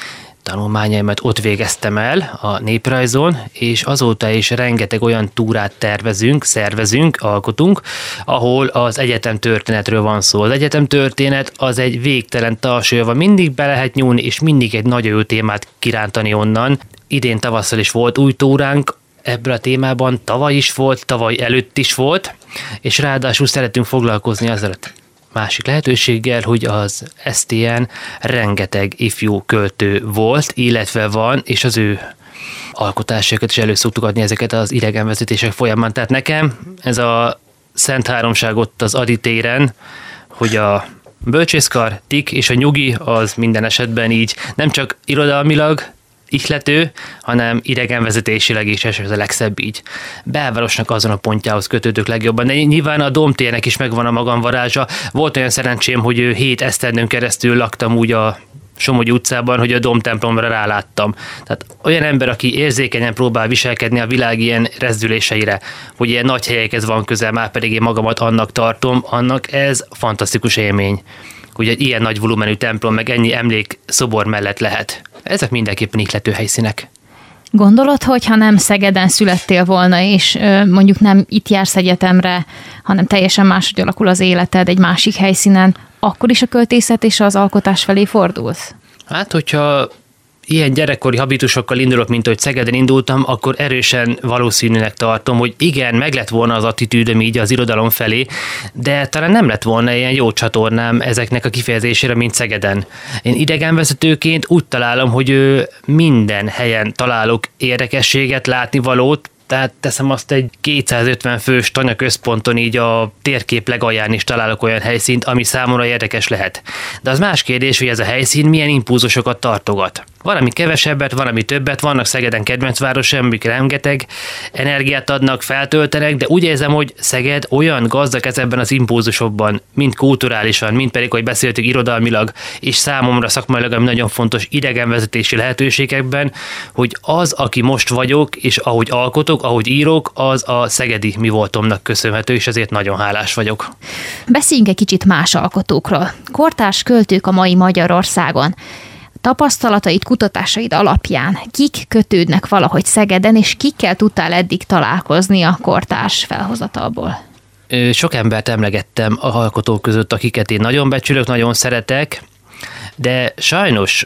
tanulmányaimat ott végeztem el a néprajzon, és azóta is rengeteg olyan túrát szervezünk, alkotunk, ahol az egyetemtörténetről van szó. Az egyetemtörténet az egy végtelen talsőva, mindig be lehet nyúlni, és mindig egy nagyon jó témát kirántani onnan. Idén tavasszal is volt új túránk ebből a témában, tavaly is volt, tavaly előtt is volt, és ráadásul szeretünk foglalkozni azzal a másik lehetőséggel, hogy az STN rengeteg ifjú költő volt, illetve van, és az ő alkotásokat is elő szoktuk adni ezeket az idegenvezetések folyamán. Tehát nekem ez a Szent Háromság ott az Adi téren, hogy a bölcsészkar, tik és a nyugi az minden esetben így nem csak irodalmilag ihlető, hanem idegenvezetésileg is, és ez a legszebb így. Belvárosnak azon a pontjához kötődök legjobban. De nyilván a Domtérnek is megvan a magam varázsa. Volt olyan szerencsém, hogy 7 esztendőn keresztül laktam úgy a Somogyi utcában, hogy a Dom templomra ráláttam. Tehát olyan ember, aki érzékenyen próbál viselkedni a világ ilyen rezdüléseire, hogy ilyen nagy helyekhez van közel, már pedig én magamat annak tartom, annak ez fantasztikus élmény, hogy egy ilyen nagy volumenű templom, meg ennyi emlékszobor mellett lehet. Ezek mindenképpen ihlető helyszínek. Gondolod, hogy ha nem Szegeden születtél volna, és mondjuk nem itt jársz egyetemre, hanem teljesen máshogy alakul az életed egy másik helyszínen, akkor is a költészet és az alkotás felé fordulsz? Hát, hogyha ilyen gyerekkori habitusokkal indulok, mint ahogy Szegeden indultam, akkor erősen valószínűnek tartom, hogy igen, meg lett volna az attitűdöm így az irodalom felé, de talán nem lett volna ilyen jó csatornám ezeknek a kifejezésére, mint Szegeden. Én idegenvezetőként úgy találom, hogy minden helyen találok érdekességet, látnivalót, tehát teszem azt, egy 250 fős tanyaközponton így a térkép legalján is találok olyan helyszínt, ami számomra érdekes lehet. De az más kérdés, hogy ez a helyszín milyen impulzusokat tartogat. Valami kevesebbet, valami többet, vannak Szegeden kedvencvárosai, amik rengeteg energiát adnak, feltöltenek, de úgy érzem, hogy Szeged olyan gazdag ebben az impulzusokban, mind kulturálisan, mind pedig, hogy beszéltük irodalmilag, és számomra szakmailag, ami nagyon fontos idegenvezetési lehetőségekben, hogy az, aki most vagyok, és ahogy alkotok, ahogy írok, az a szegedi mi voltomnak köszönhető, és ezért nagyon hálás vagyok. Beszéljünk egy kicsit más alkotókról. Kortárs költők a mai Magyarországon. Tapasztalataid, kutatásaid alapján kik kötődnek valahogy Szegeden, és kikkel tudtál eddig találkozni a kortárs felhozatalból? Sok embert emlegettem a alkotók között, akiket én nagyon becsülök, nagyon szeretek, de sajnos,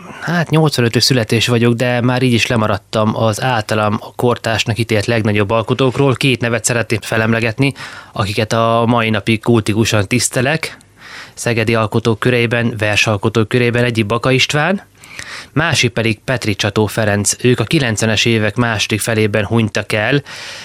85-ös születés vagyok, de már így is lemaradtam az általam a kortársnak ítélt legnagyobb alkotókról. 2 nevet szeretném felemlegetni, akiket a mai napig kultikusan tisztelek, szegedi alkotók körében, versalkotók körében, egyik Baka István, másik pedig Petri Csató Ferenc. Ők a 90-es évek második felében hunytak el.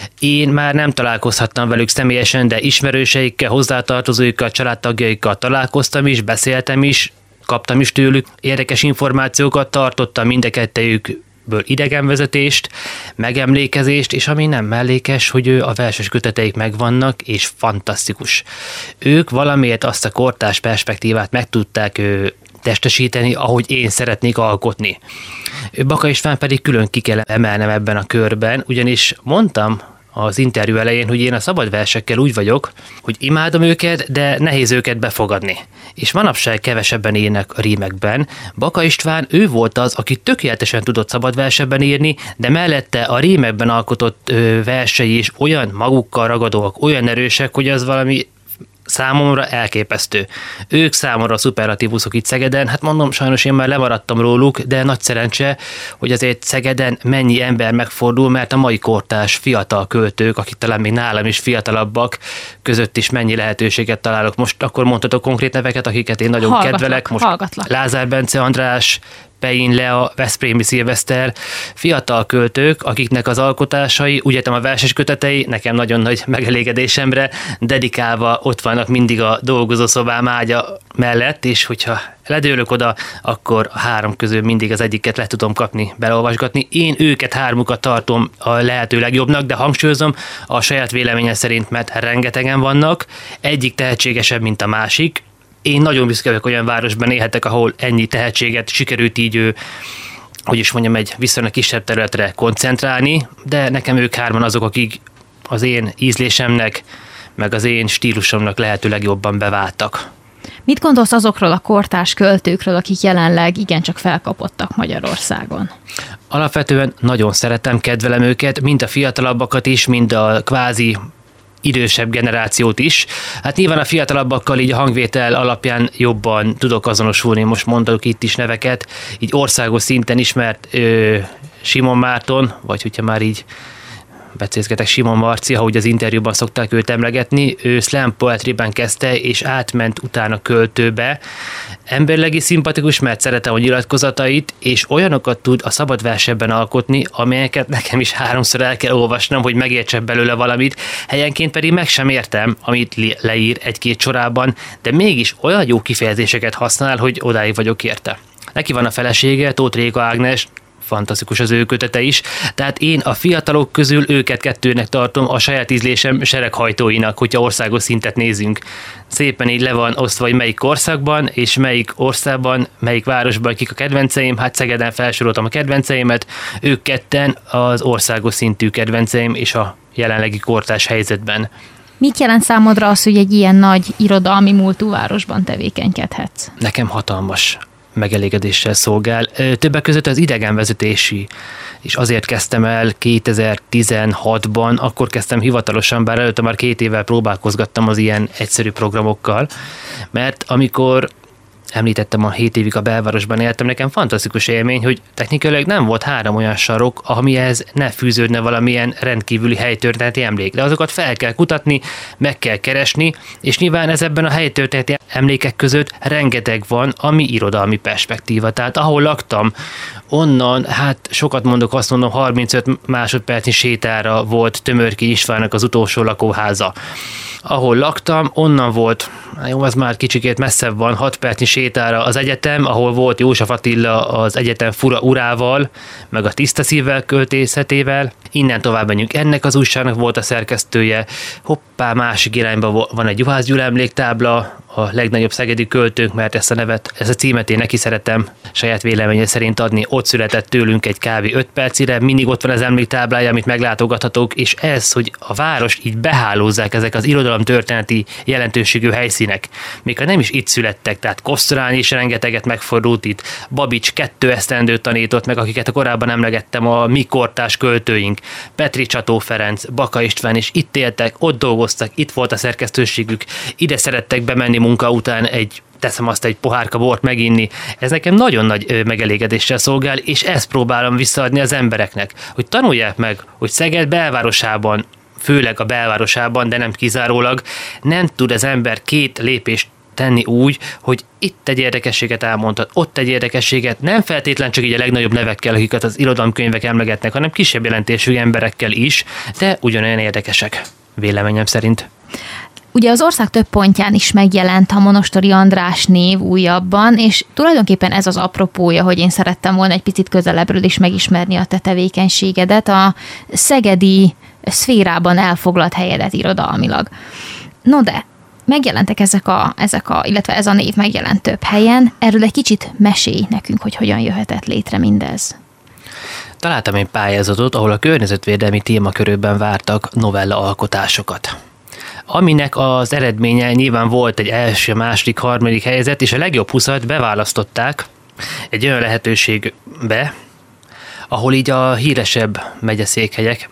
Én már nem találkozhattam velük személyesen, de ismerőseikkel, hozzátartozóikkal, családtagjaikkal találkoztam is, beszéltem is, kaptam is tőlük érdekes információkat, tartottam mindkettejükből idegenvezetést, megemlékezést, és ami nem mellékes, hogy a verses köteteik megvannak, és fantasztikus. Ők valamiért azt a kortárs perspektívát meg tudták testesíteni, ahogy én szeretnék alkotni. Baka István pedig külön ki kell emelnem ebben a körben, ugyanis mondtam az interjú elején, hogy én a szabad versekkel úgy vagyok, hogy imádom őket, de nehéz őket befogadni. És manapság kevesebben írnak a rímekben. Baka István, ő volt az, aki tökéletesen tudott szabad versekben írni, de mellette a rímekben alkotott versei is olyan magukkal ragadóak, olyan erősek, hogy az valami számomra elképesztő. Ők számomra szuperlatívuszok itt Szegeden, hát mondom, sajnos én már lemaradtam róluk, de nagy szerencse, hogy azért Szegeden mennyi ember megfordul, mert a mai kortárs fiatal költők, akik talán még nálam is fiatalabbak, között is mennyi lehetőséget találok. Most akkor mondhatok konkrét neveket, akiket én nagyon kedvelek. Most hallgatlak. Lázár Bence András, Pein Lea, Veszprémi Szilveszter, fiatal költők, akiknek az alkotásai, úgy értem a verses kötetei, nekem nagyon nagy megelégedésemre dedikálva ott vannak mindig a dolgozószobám ágya mellett, és hogyha ledőlök oda, akkor a 3 közül mindig az egyiket le tudom kapni, beleolvasgatni. Én őket 3-ukat tartom a lehető legjobbnak, de hangsúlyozom a saját véleményem szerint, mert rengetegen vannak, egyik tehetségesebb, mint a másik. Én nagyon büszke vagyok, olyan városban élhetek, ahol ennyi tehetséget sikerült így, hogy is mondjam, egy viszonylag kisebb területre koncentrálni, de nekem ők 3 azok, akik az én ízlésemnek, meg az én stílusomnak lehető legjobban beváltak. Mit gondolsz azokról a kortárs költőkről, akik jelenleg igencsak felkapottak Magyarországon? Alapvetően nagyon szeretem, kedvelem őket, mind a fiatalabbakat is, mind a kvázi idősebb generációt is. Hát nyilván a fiatalabbakkal így a hangvétel alapján jobban tudok azonosulni, most mondok itt is neveket, így országos szinten ismert Simon Márton, vagy hogyha már így becézgetek, Simon Marci, ahogy az interjúban szokták őt emlegetni, ő slam poetryben kezdte, és átment utána költőbe. Emberileg is szimpatikus, mert szeretem a nyilatkozatait, és olyanokat tud a szabad versebben alkotni, amelyeket nekem is 3-szor el kell olvasnom, hogy megértsek belőle valamit, helyenként pedig meg sem értem, amit leír egy-két sorában, de mégis olyan jó kifejezéseket használ, hogy odáig vagyok érte. Neki van a felesége, Tóth Réka Ágnes, fantasztikus az ő kötete is, tehát én a fiatalok közül őket kettőnek tartom, a saját ízlésem sereghajtóinak, hogyha országos szintet nézünk. Szépen így le van osztva, hogy melyik korszakban, és melyik országban, melyik városban kik a kedvenceim, hát Szegeden felsoroltam a kedvenceimet, ők ketten az országos szintű kedvenceim és a jelenlegi kortárs helyzetben. Mit jelent számodra az, hogy egy ilyen nagy irodalmi múltú városban tevékenykedhetsz? Nekem hatalmas megelégedéssel szolgál. Többek között az idegenvezetési, és azért kezdtem el 2016-ban, akkor kezdtem hivatalosan, bár előtte már 2 évvel próbálkozgattam az ilyen egyszerű programokkal, mert amikor említettem, a 7 évig a belvárosban éltem, nekem fantasztikus élmény, hogy technikailag nem volt 3 olyan sarok, amihez ne fűződne valamilyen rendkívüli helytörténeti emlék. De azokat fel kell kutatni, meg kell keresni, és nyilván ez ebben a helytörténeti emlékek között rengeteg van, ami irodalmi perspektíva. Tehát ahol laktam, onnan, hát sokat mondok, azt mondom, 35 másodpercnyi sétára volt Tömörkény Istvánnak az utolsó lakóháza. Ahol laktam, onnan volt, jó, az már kicsikét messzebb van, 6 percnyi sétára az egyetem, ahol volt József Attila az egyetem fura urával, meg a Tiszta Szívvel költészetével. Innen tovább menjünk. Ennek az újságnak volt a szerkesztője. Hoppá, másik irányban van egy Juhász Gyula emléktábla, a legnagyobb szegedi költőnk, mert ezt a címet én neki szeretem saját véleménye szerint adni. Ott született tőlünk egy kb. 5 percire, mindig ott van az emléktáblája, amit meglátogathatok, és ez, hogy a város így behálózzák ezek az irodalomtörténeti jelentőségű helyszínek. Még ha nem is itt születtek, tehát Kosztorány is rengeteget megfordult itt, Babics 2 esztendőt tanított meg, akiket korábban emlegettem, a mi kortárs költőink, Petri Csató Ferenc, Baka István is itt éltek, ott dolgoztak, itt volt a szerkesztőségük, ide szerettek bemenni munka után teszem azt, egy pohárka bort meginni. Ez nekem nagyon nagy megelégedéssel szolgál, és ezt próbálom visszaadni az embereknek, hogy tanulják meg, hogy Szeged belvárosában, főleg a belvárosában, de nem kizárólag, nem tud az ember 2 lépést tenni úgy, hogy itt egy érdekességet elmondhat, ott egy érdekességet, nem feltétlen csak így a legnagyobb nevekkel, akiket az irodalomkönyvek emlegetnek, hanem kisebb jelentésű emberekkel is, de ugyanolyan érdekesek, véleményem szerint. Ugye az ország több pontján is megjelent a Monostori András név újabban, és tulajdonképpen ez az apropója, hogy én szerettem volna egy picit közelebbről is megismerni a te tevékenységedet, a szegedi szférában elfoglalt helyedet irodalmilag. No de, megjelentek illetve ez a név megjelent több helyen, erről egy kicsit mesélj nekünk, hogy hogyan jöhetett létre mindez. Találtam egy pályázatot, ahol a környezetvédelmi témakörökben vártak novella alkotásokat, aminek az eredménye nyilván volt egy első, második, harmadik helyzet, és a legjobb 20-at beválasztották egy olyan lehetőségbe, ahol így a híresebb megyeszékhelyek,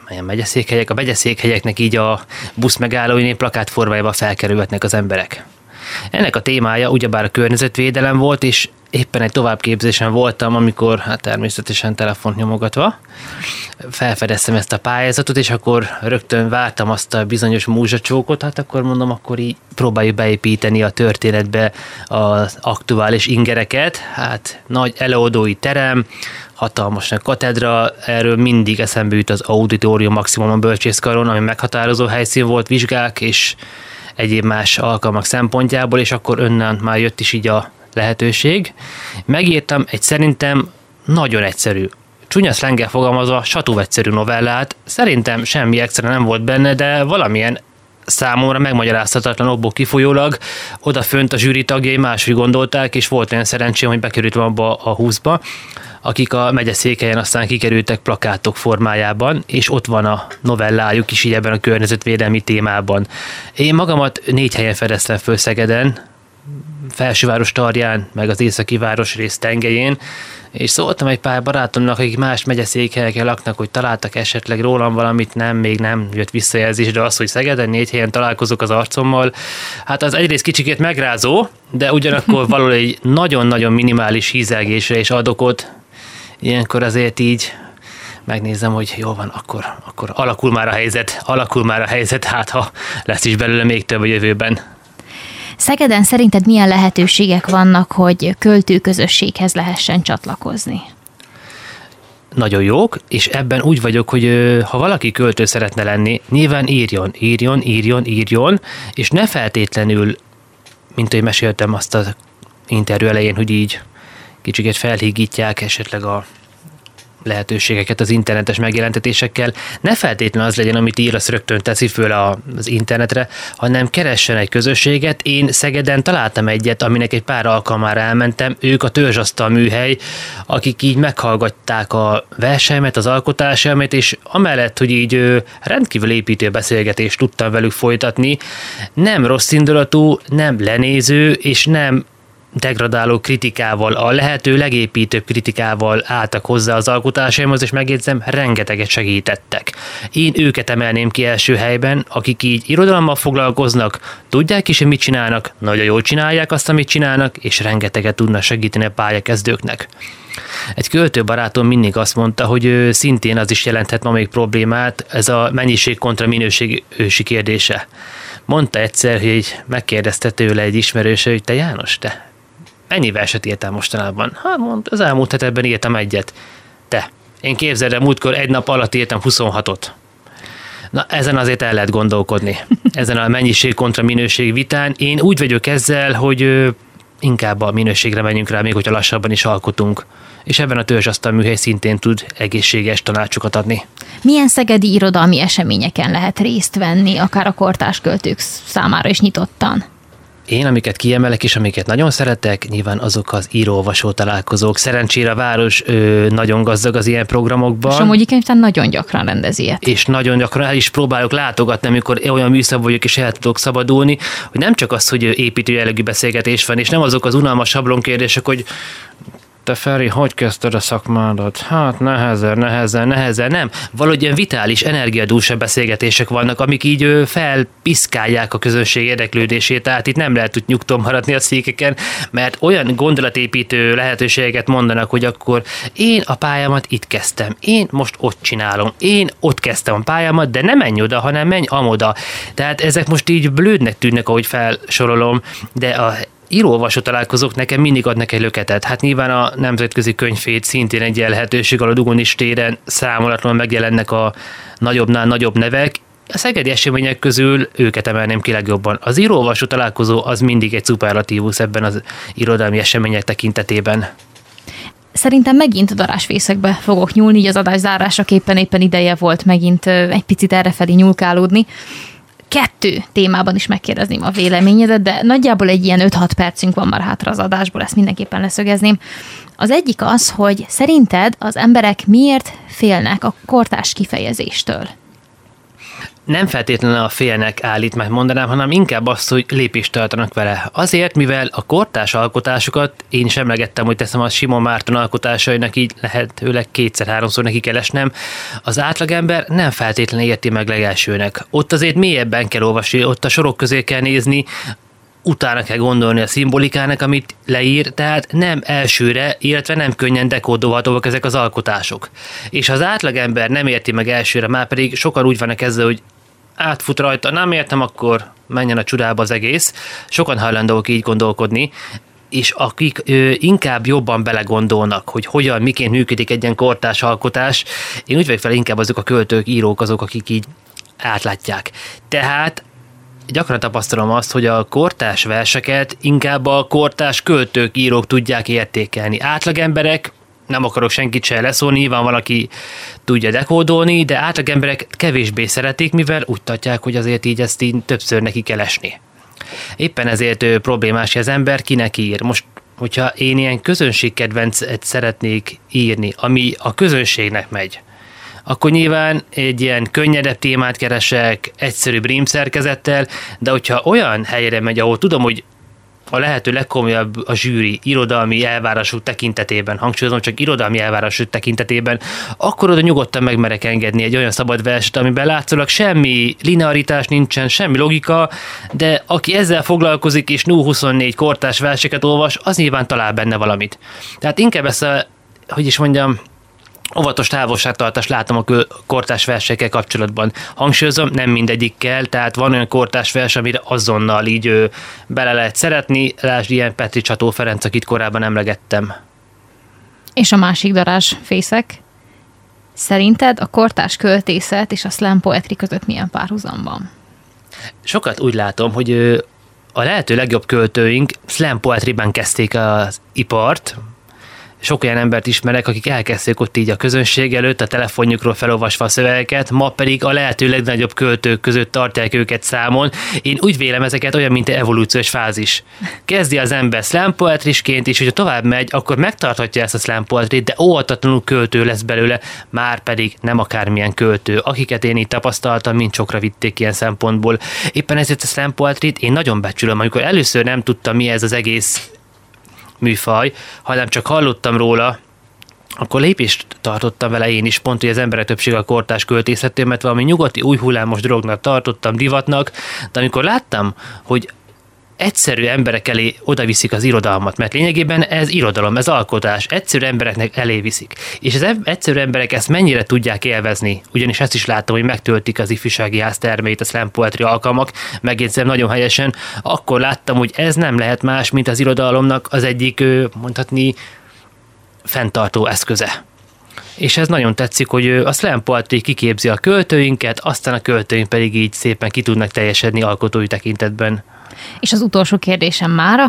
a megyeszékhelyeknek így a buszmegállóinél plakát formájában felkerülhetnek az emberek. Ennek a témája ugyebár a környezetvédelem volt, és éppen egy továbbképzésen voltam, amikor természetesen telefont nyomogatva felfedeztem ezt a pályázatot, és akkor rögtön vártam azt a bizonyos múzsacsókot, akkor mondom, akkor így próbáljuk beépíteni a történetbe az aktuális ingereket. Nagy előadói terem, hatalmas katedra, erről mindig eszembe jut az Auditorium Maximum a Bölcsészkaron, ami meghatározó helyszín volt, vizsgák és egyéb más alkalmak szempontjából, és akkor önnen már jött is így a lehetőség. Megírtam egy szerintem nagyon egyszerű, csúnya szlenggel fogalmazva satúvegyszerű novellát. Szerintem semmi extra nem volt benne, de valamilyen számomra megmagyarázhatatlan okból kifolyólag odafönt a zsűri tagjai máshogy gondolták, és volt olyan szerencsém, hogy bekerültem abba a 20-ba, akik a megyeszékhelyen aztán kikerültek plakátok formájában, és ott van a novellájuk is így ebben a környezetvédelmi témában. Én magamat 4 helyen fedeztem föl Szegeden, felsőváros tarján, meg az északi városrész tengelyén, és szóltam egy pár barátomnak, akik más megyeszékhelyeken laknak, hogy találtak esetleg rólam valamit, még nem jött visszajelzés, de az, hogy Szegeden 4 helyen találkozok az arcommal, hát az egyrészt kicsikét megrázó, de ugyanakkor valahol egy nagyon-nagyon minimális hízelgésre és ad okot. Ilyenkor azért így megnézem, hogy jó van, akkor alakul már a helyzet, hát ha lesz is belőle még több a jövőben. Szegeden szerinted milyen lehetőségek vannak, hogy költőközösséghez lehessen csatlakozni? Nagyon jók, és ebben úgy vagyok, hogy ha valaki költő szeretne lenni, nyilván írjon, és ne feltétlenül, mint ahogy meséltem azt az interjú elején, hogy így kicsit felhígítják esetleg a lehetőségeket az internetes megjelentetésekkel. Ne feltétlenül az legyen, amit ír, azt rögtön teszi föl az internetre, hanem keressen egy közösséget. Én Szegeden találtam egyet, aminek egy pár alkalmára elmentem. Ők a Törzsasztal műhely, akik így meghallgatták a versenyemet, az alkotásomat, és amellett, hogy így rendkívül építő beszélgetést tudtam velük folytatni, nem rossz indulatú, nem lenéző, és nem degradáló kritikával, a lehető legépítőbb kritikával álltak hozzá az alkotásaimhoz, és megjegyzem, rengeteget segítettek. Én őket emelném ki első helyben, akik így irodalommal foglalkoznak, tudják is, hogy mit csinálnak, nagyon jól csinálják azt, amit csinálnak, és rengeteget tudnak segíteni a pályakezdőknek. Egy költőbarátom mindig azt mondta, hogy szintén az is jelenthet ma még problémát, ez a mennyiség kontra minőség ősi kérdése. Mondta egyszer, hogy megkérdezte tőle egy ismerőse, hogy te János, te mennyi verset írtál mostanában? Hát mondta, az elmúlt hetekben írtam egyet. Te, én képzeld el, múltkor egy nap alatt írtam 26-ot. Na, ezen azért el lehet gondolkodni. Ezen a mennyiség kontra minőség vitán. Én úgy vagyok ezzel, hogy inkább a minőségre menjünk rá, még hogyha lassabban is alkotunk. És ebben a Törzsasztal műhely szintén tud egészséges tanácsokat adni. Milyen szegedi irodalmi eseményeken lehet részt venni, akár a kortárs költők számára is nyitottan? Én, amiket kiemelek és amiket nagyon szeretek, nyilván azok az író-olvasó találkozók. Szerencsére a város nagyon gazdag az ilyen programokban. És amúgy könyvtár nagyon gyakran rendez ilyet. És nagyon gyakran el is próbálok látogatni, amikor olyan műszab vagyok és el tudok szabadulni, hogy nem csak az, hogy építő jellegű beszélgetés van, és nem azok az unalmas sablonkérdések, hogy te Feri, hogy kezdted a szakmádat? Hát nehezen, nem. Valahogy ilyen vitális, energiadúsabb beszélgetések vannak, amik így felpiszkálják a közönség érdeklődését, tehát itt nem lehet úgy nyugton maradni a székeken, mert olyan gondolatépítő lehetőségeket mondanak, hogy akkor én a pályámat itt kezdtem, én most ott csinálom, én ott kezdtem a pályámat, de nem menj oda, hanem menj amoda. Tehát ezek most így blödnek tűnnek, ahogy felsorolom, de a író-olvasó találkozók nekem mindig adnak egy löketet. Hát nyilván a Nemzetközi Könyvhét szintén egy ilyen lehetőség, ahol a Dugonis téren számolatlanul megjelennek a nagyobbnál nagyobb nevek. A szegedi események közül őket emelném ki legjobban. Az író-olvasó találkozó az mindig egy szuperlatívus ebben az irodalmi események tekintetében. Szerintem megint a darásfészekbe fogok nyúlni, így az adás zárásaképpen éppen ideje volt megint egy picit errefelé nyúlkálódni. 2 témában is megkérdezném a véleményedet, de nagyjából egy ilyen 5-6 percünk van már hátra az adásból, ezt mindenképpen leszögezném. Az egyik az, hogy szerinted az emberek miért félnek a kortárs kifejezéstől? Nem feltétlenül a félnek állít, mondanám, hanem inkább azt, hogy lépést tartanak vele. Azért, mivel a kortárs alkotásokat, én is emlegettem, hogy teszem a Simon Márton alkotásainak így lehetőleg 2-3-szor neki kell esnem, az átlagember nem feltétlenül érti meg legelsőnek. Ott azért mélyebben kell olvasni, ott a sorok közé kell nézni, utána kell gondolni a szimbolikának, amit leír, tehát nem elsőre, illetve nem könnyen dekódolhatóak ezek az alkotások. És ha az átlagember nem érti meg elsőre, már pedig sokan úgy vannak ezzel, hogy átfut rajta, nem értem, akkor menjen a csudába az egész. Sokan hajlandók így gondolkodni, és akik inkább jobban belegondolnak, hogy hogyan, miként működik egy ilyen kortárs alkotás, én úgy vagyok fel, inkább azok a költők, írók azok, akik így átlátják. Tehát gyakran tapasztalom azt, hogy a kortárs verseket inkább a kortárs költők, írók tudják értékelni. Átlagemberek, nem akarok senkit se leszólni, nyilván valaki tudja dekódolni, de átlagemberek kevésbé szeretik, mivel úgy tartják, hogy azért így ezt így többször neki kell esni. Éppen ezért problémás, hogy az ember kinek ír. Most, hogyha én ilyen közönségkedvencet szeretnék írni, ami a közönségnek megy, akkor nyilván egy ilyen könnyedebb témát keresek, egyszerűbb rímszerkezettel, de hogyha olyan helyre megy, ahol tudom, hogy a lehető legkomolyabb a zsűri irodalmi elvárásuk tekintetében, hangsúlyozom, csak irodalmi elvárásuk tekintetében, akkor oda nyugodtan megmerek engedni egy olyan szabad verset, amiben látszólag semmi linearitás nincsen, semmi logika, de aki ezzel foglalkozik és 0-24 kortárs verseket olvas, az nyilván talál benne valamit. Tehát inkább ezt a, hogy is mondjam, óvatos távolságtartást látom a kortárs versekkel kapcsolatban. Hangsúlyozom, nem mindegyikkel, tehát van olyan kortárs vers, amire azonnal így bele lehet szeretni, lásd ilyen Petri Csató Ferenc, akit korábban emlegettem. És a másik darázs, Fészek? Szerinted a kortárs költészet és a slam poetry között milyen párhuzam van? Sokat úgy látom, hogy a lehető legjobb költőink slam poetryben kezdték az ipart. Sok olyan embert ismerek, akik elkezdték ott így a közönség előtt, a telefonjukról felolvasva a szövegeket, ma pedig a lehető legnagyobb költők között tartják őket számon. Én úgy vélem ezeket olyan, mint egy evolúciós fázis. Kezdi az ember slam poetrisként, és hogyha tovább megy, akkor megtarthatja ezt a slam poetryt, de óhatatlanul költő lesz belőle, már pedig nem akármilyen költő. Akiket én itt tapasztaltam, mind sokra vitték ilyen szempontból. Éppen ezért a slam poetryt én nagyon becsülöm, amikor először nem tudtam, mi ez az egész műfaj, hanem csak hallottam róla, akkor lépést tartottam vele én is, pont, hogy az emberek többsége a kortárs költészetén, mert valami nyugati új hullámos drognak tartottam, divatnak, de amikor láttam, hogy egyszerű emberek elé odaviszik az irodalmat, mert lényegében ez irodalom, ez alkotás, egyszerű embereknek elé viszik. És az egyszerű emberek ezt mennyire tudják élvezni, ugyanis ezt is látom, hogy megtöltik az ifjúsági ház termeit a slam poetry alkalmak, megjegyzem nagyon helyesen, akkor láttam, hogy ez nem lehet más, mint az irodalomnak az egyik, mondhatni, fenntartó eszköze. És ez nagyon tetszik, hogy a slam poetry kiképzi a költőinket, aztán a költőink pedig így szépen ki tudnak teljesedni alkotói tekintetben. És az utolsó kérdésem mára,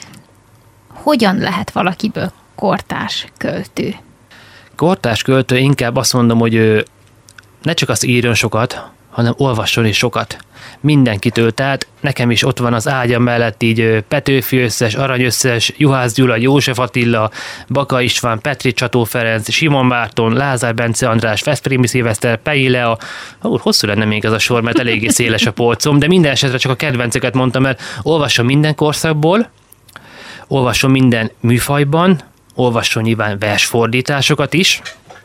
hogyan lehet valakiből kortárs költő? Kortárs költő, inkább azt mondom, hogy ne csak azt írjon sokat, hanem olvasson is sokat. Mindenkitől, tehát nekem is ott van az ágyam mellett így Petőfi Összes, Arany Összes, Juhász Gyula, József Attila, Baka István, Petri Csató Ferenc, Simon Márton, Lázár Bence András, Veszprémi Szilveszter, Pei Lea. Hosszú lenne még ez a sor, mert eléggé széles a polcom, de minden esetre csak a kedvenceket mondtam, mert olvasson minden korszakból, olvasson minden műfajban, olvasson nyilván versfordításokat is,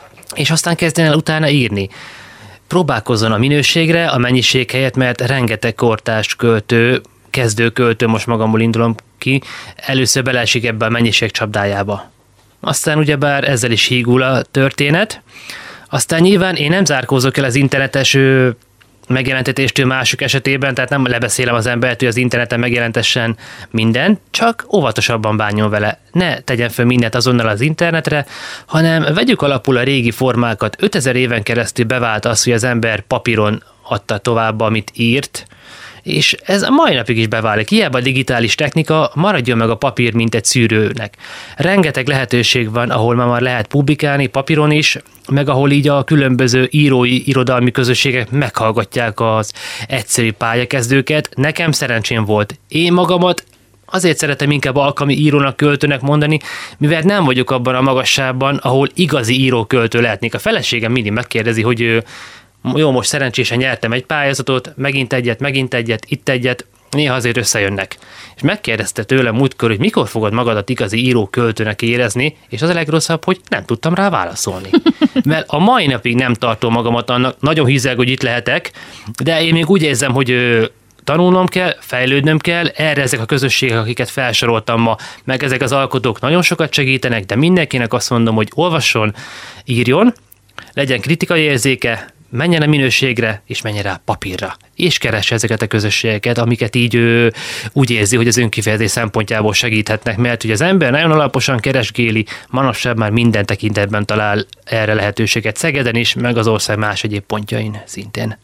és aztán kezdjen el utána írni. Próbálkozzon a minőségre, a mennyiség helyett, mert rengeteg kortárs költő, kezdő költő, most magamból indulom ki, először beleesik ebbe a mennyiség csapdájába. Aztán ugyebár ezzel is hígul a történet. Aztán nyilván én nem zárkózok el az internetes megjelentetéstől mások esetében, tehát nem lebeszélem az embert, hogy az interneten megjelentessen minden, csak óvatosabban bánjon vele. Ne tegyen föl mindent azonnal az internetre, hanem vegyük alapul a régi formákat. 5000 éven keresztül bevált az, hogy az ember papíron adta tovább, amit írt, és ez a mai napig is beválik. Hiába a digitális technika, maradjon meg a papír, mint egy szűrőnek. Rengeteg lehetőség van, ahol már lehet publikálni papíron is, meg ahol így a különböző írói, irodalmi közösségek meghallgatják az egyszerű pályakezdőket. Nekem szerencsém volt. Én magamat azért szeretem inkább alkalmi írónak, költőnek mondani, mivel nem vagyok abban a magasságban, ahol igazi író-költő lehetnék. A feleségem mindig megkérdezi, hogy jó, most szerencsésen nyertem egy pályázatot, megint egyet, itt egyet, néha azért összejönnek. És megkérdezte tőlem múltkor, hogy mikor fogod magadat igazi író-költőnek érezni, és az a legrosszabb, hogy nem tudtam rá válaszolni. Mert a mai napig nem tartom magamat annak, nagyon hiszek, hogy itt lehetek, de én még úgy érzem, hogy tanulnom kell, fejlődnöm kell, erre ezek a közösségek, akiket felsoroltam ma, meg ezek az alkotók nagyon sokat segítenek, de mindenkinek azt mondom, hogy olvasson, írjon, legyen kritikai érzéke, menjen a minőségre, és menjen rá papírra. És keresse ezeket a közösségeket, amiket így úgy érzi, hogy az önkifejezés szempontjából segíthetnek, mert hogy az ember nagyon alaposan keresgéli, manapság már minden tekintetben talál erre lehetőséget Szegeden is, meg az ország más egyéb pontjain szintén.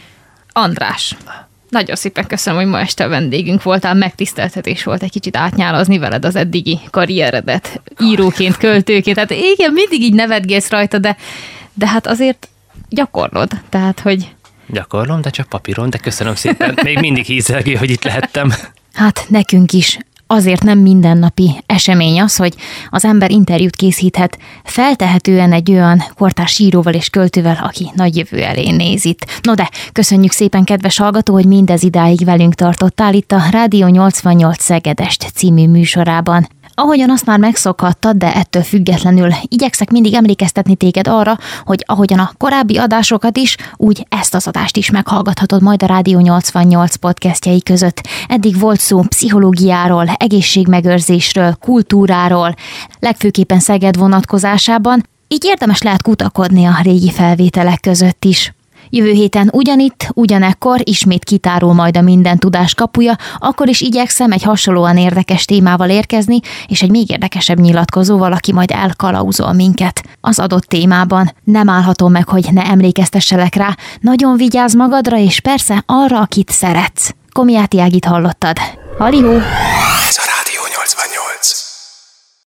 András, nagyon szépen köszönöm, hogy ma este a vendégünk voltál, megtiszteltetés volt egy kicsit átnyálazni veled az eddigi karrieredet, íróként, költőként. Tehát igen, mindig így nevetgélsz rajta, de hát azért gyakorlod, tehát hogy... Gyakorlom, de csak papíron, de köszönöm szépen. Még mindig hízelgő, hogy itt lehettem. Hát nekünk is. azért nem mindennapi esemény az, hogy az ember interjút készíthet feltehetően egy olyan kortárs íróval és költővel, aki nagy jövő elé néz itt. No de, köszönjük szépen, kedves hallgató, hogy mindez idáig velünk tartottál itt a Rádió 88 Szegedest című műsorában. Ahogyan azt már megszokhattad, de ettől függetlenül igyekszek mindig emlékeztetni téged arra, hogy ahogyan a korábbi adásokat is, úgy ezt az adást is meghallgathatod majd a Rádió 88 podcastjai között. Eddig volt szó pszichológiáról, egészségmegőrzésről, kultúráról, legfőképpen Szeged vonatkozásában, így érdemes lehet kutakodni a régi felvételek között is. Jövő héten ugyanitt, ugyanekkor ismét kitárul majd a minden tudás kapuja, akkor is igyekszem egy hasonlóan érdekes témával érkezni, és egy még érdekesebb nyilatkozóval, aki majd elkalauzol minket az adott témában. Nem állhatom meg, hogy ne emlékeztesselek rá, nagyon vigyázz magadra, és persze arra, akit szeretsz. Komjáti Ágit hallottad. Halihó!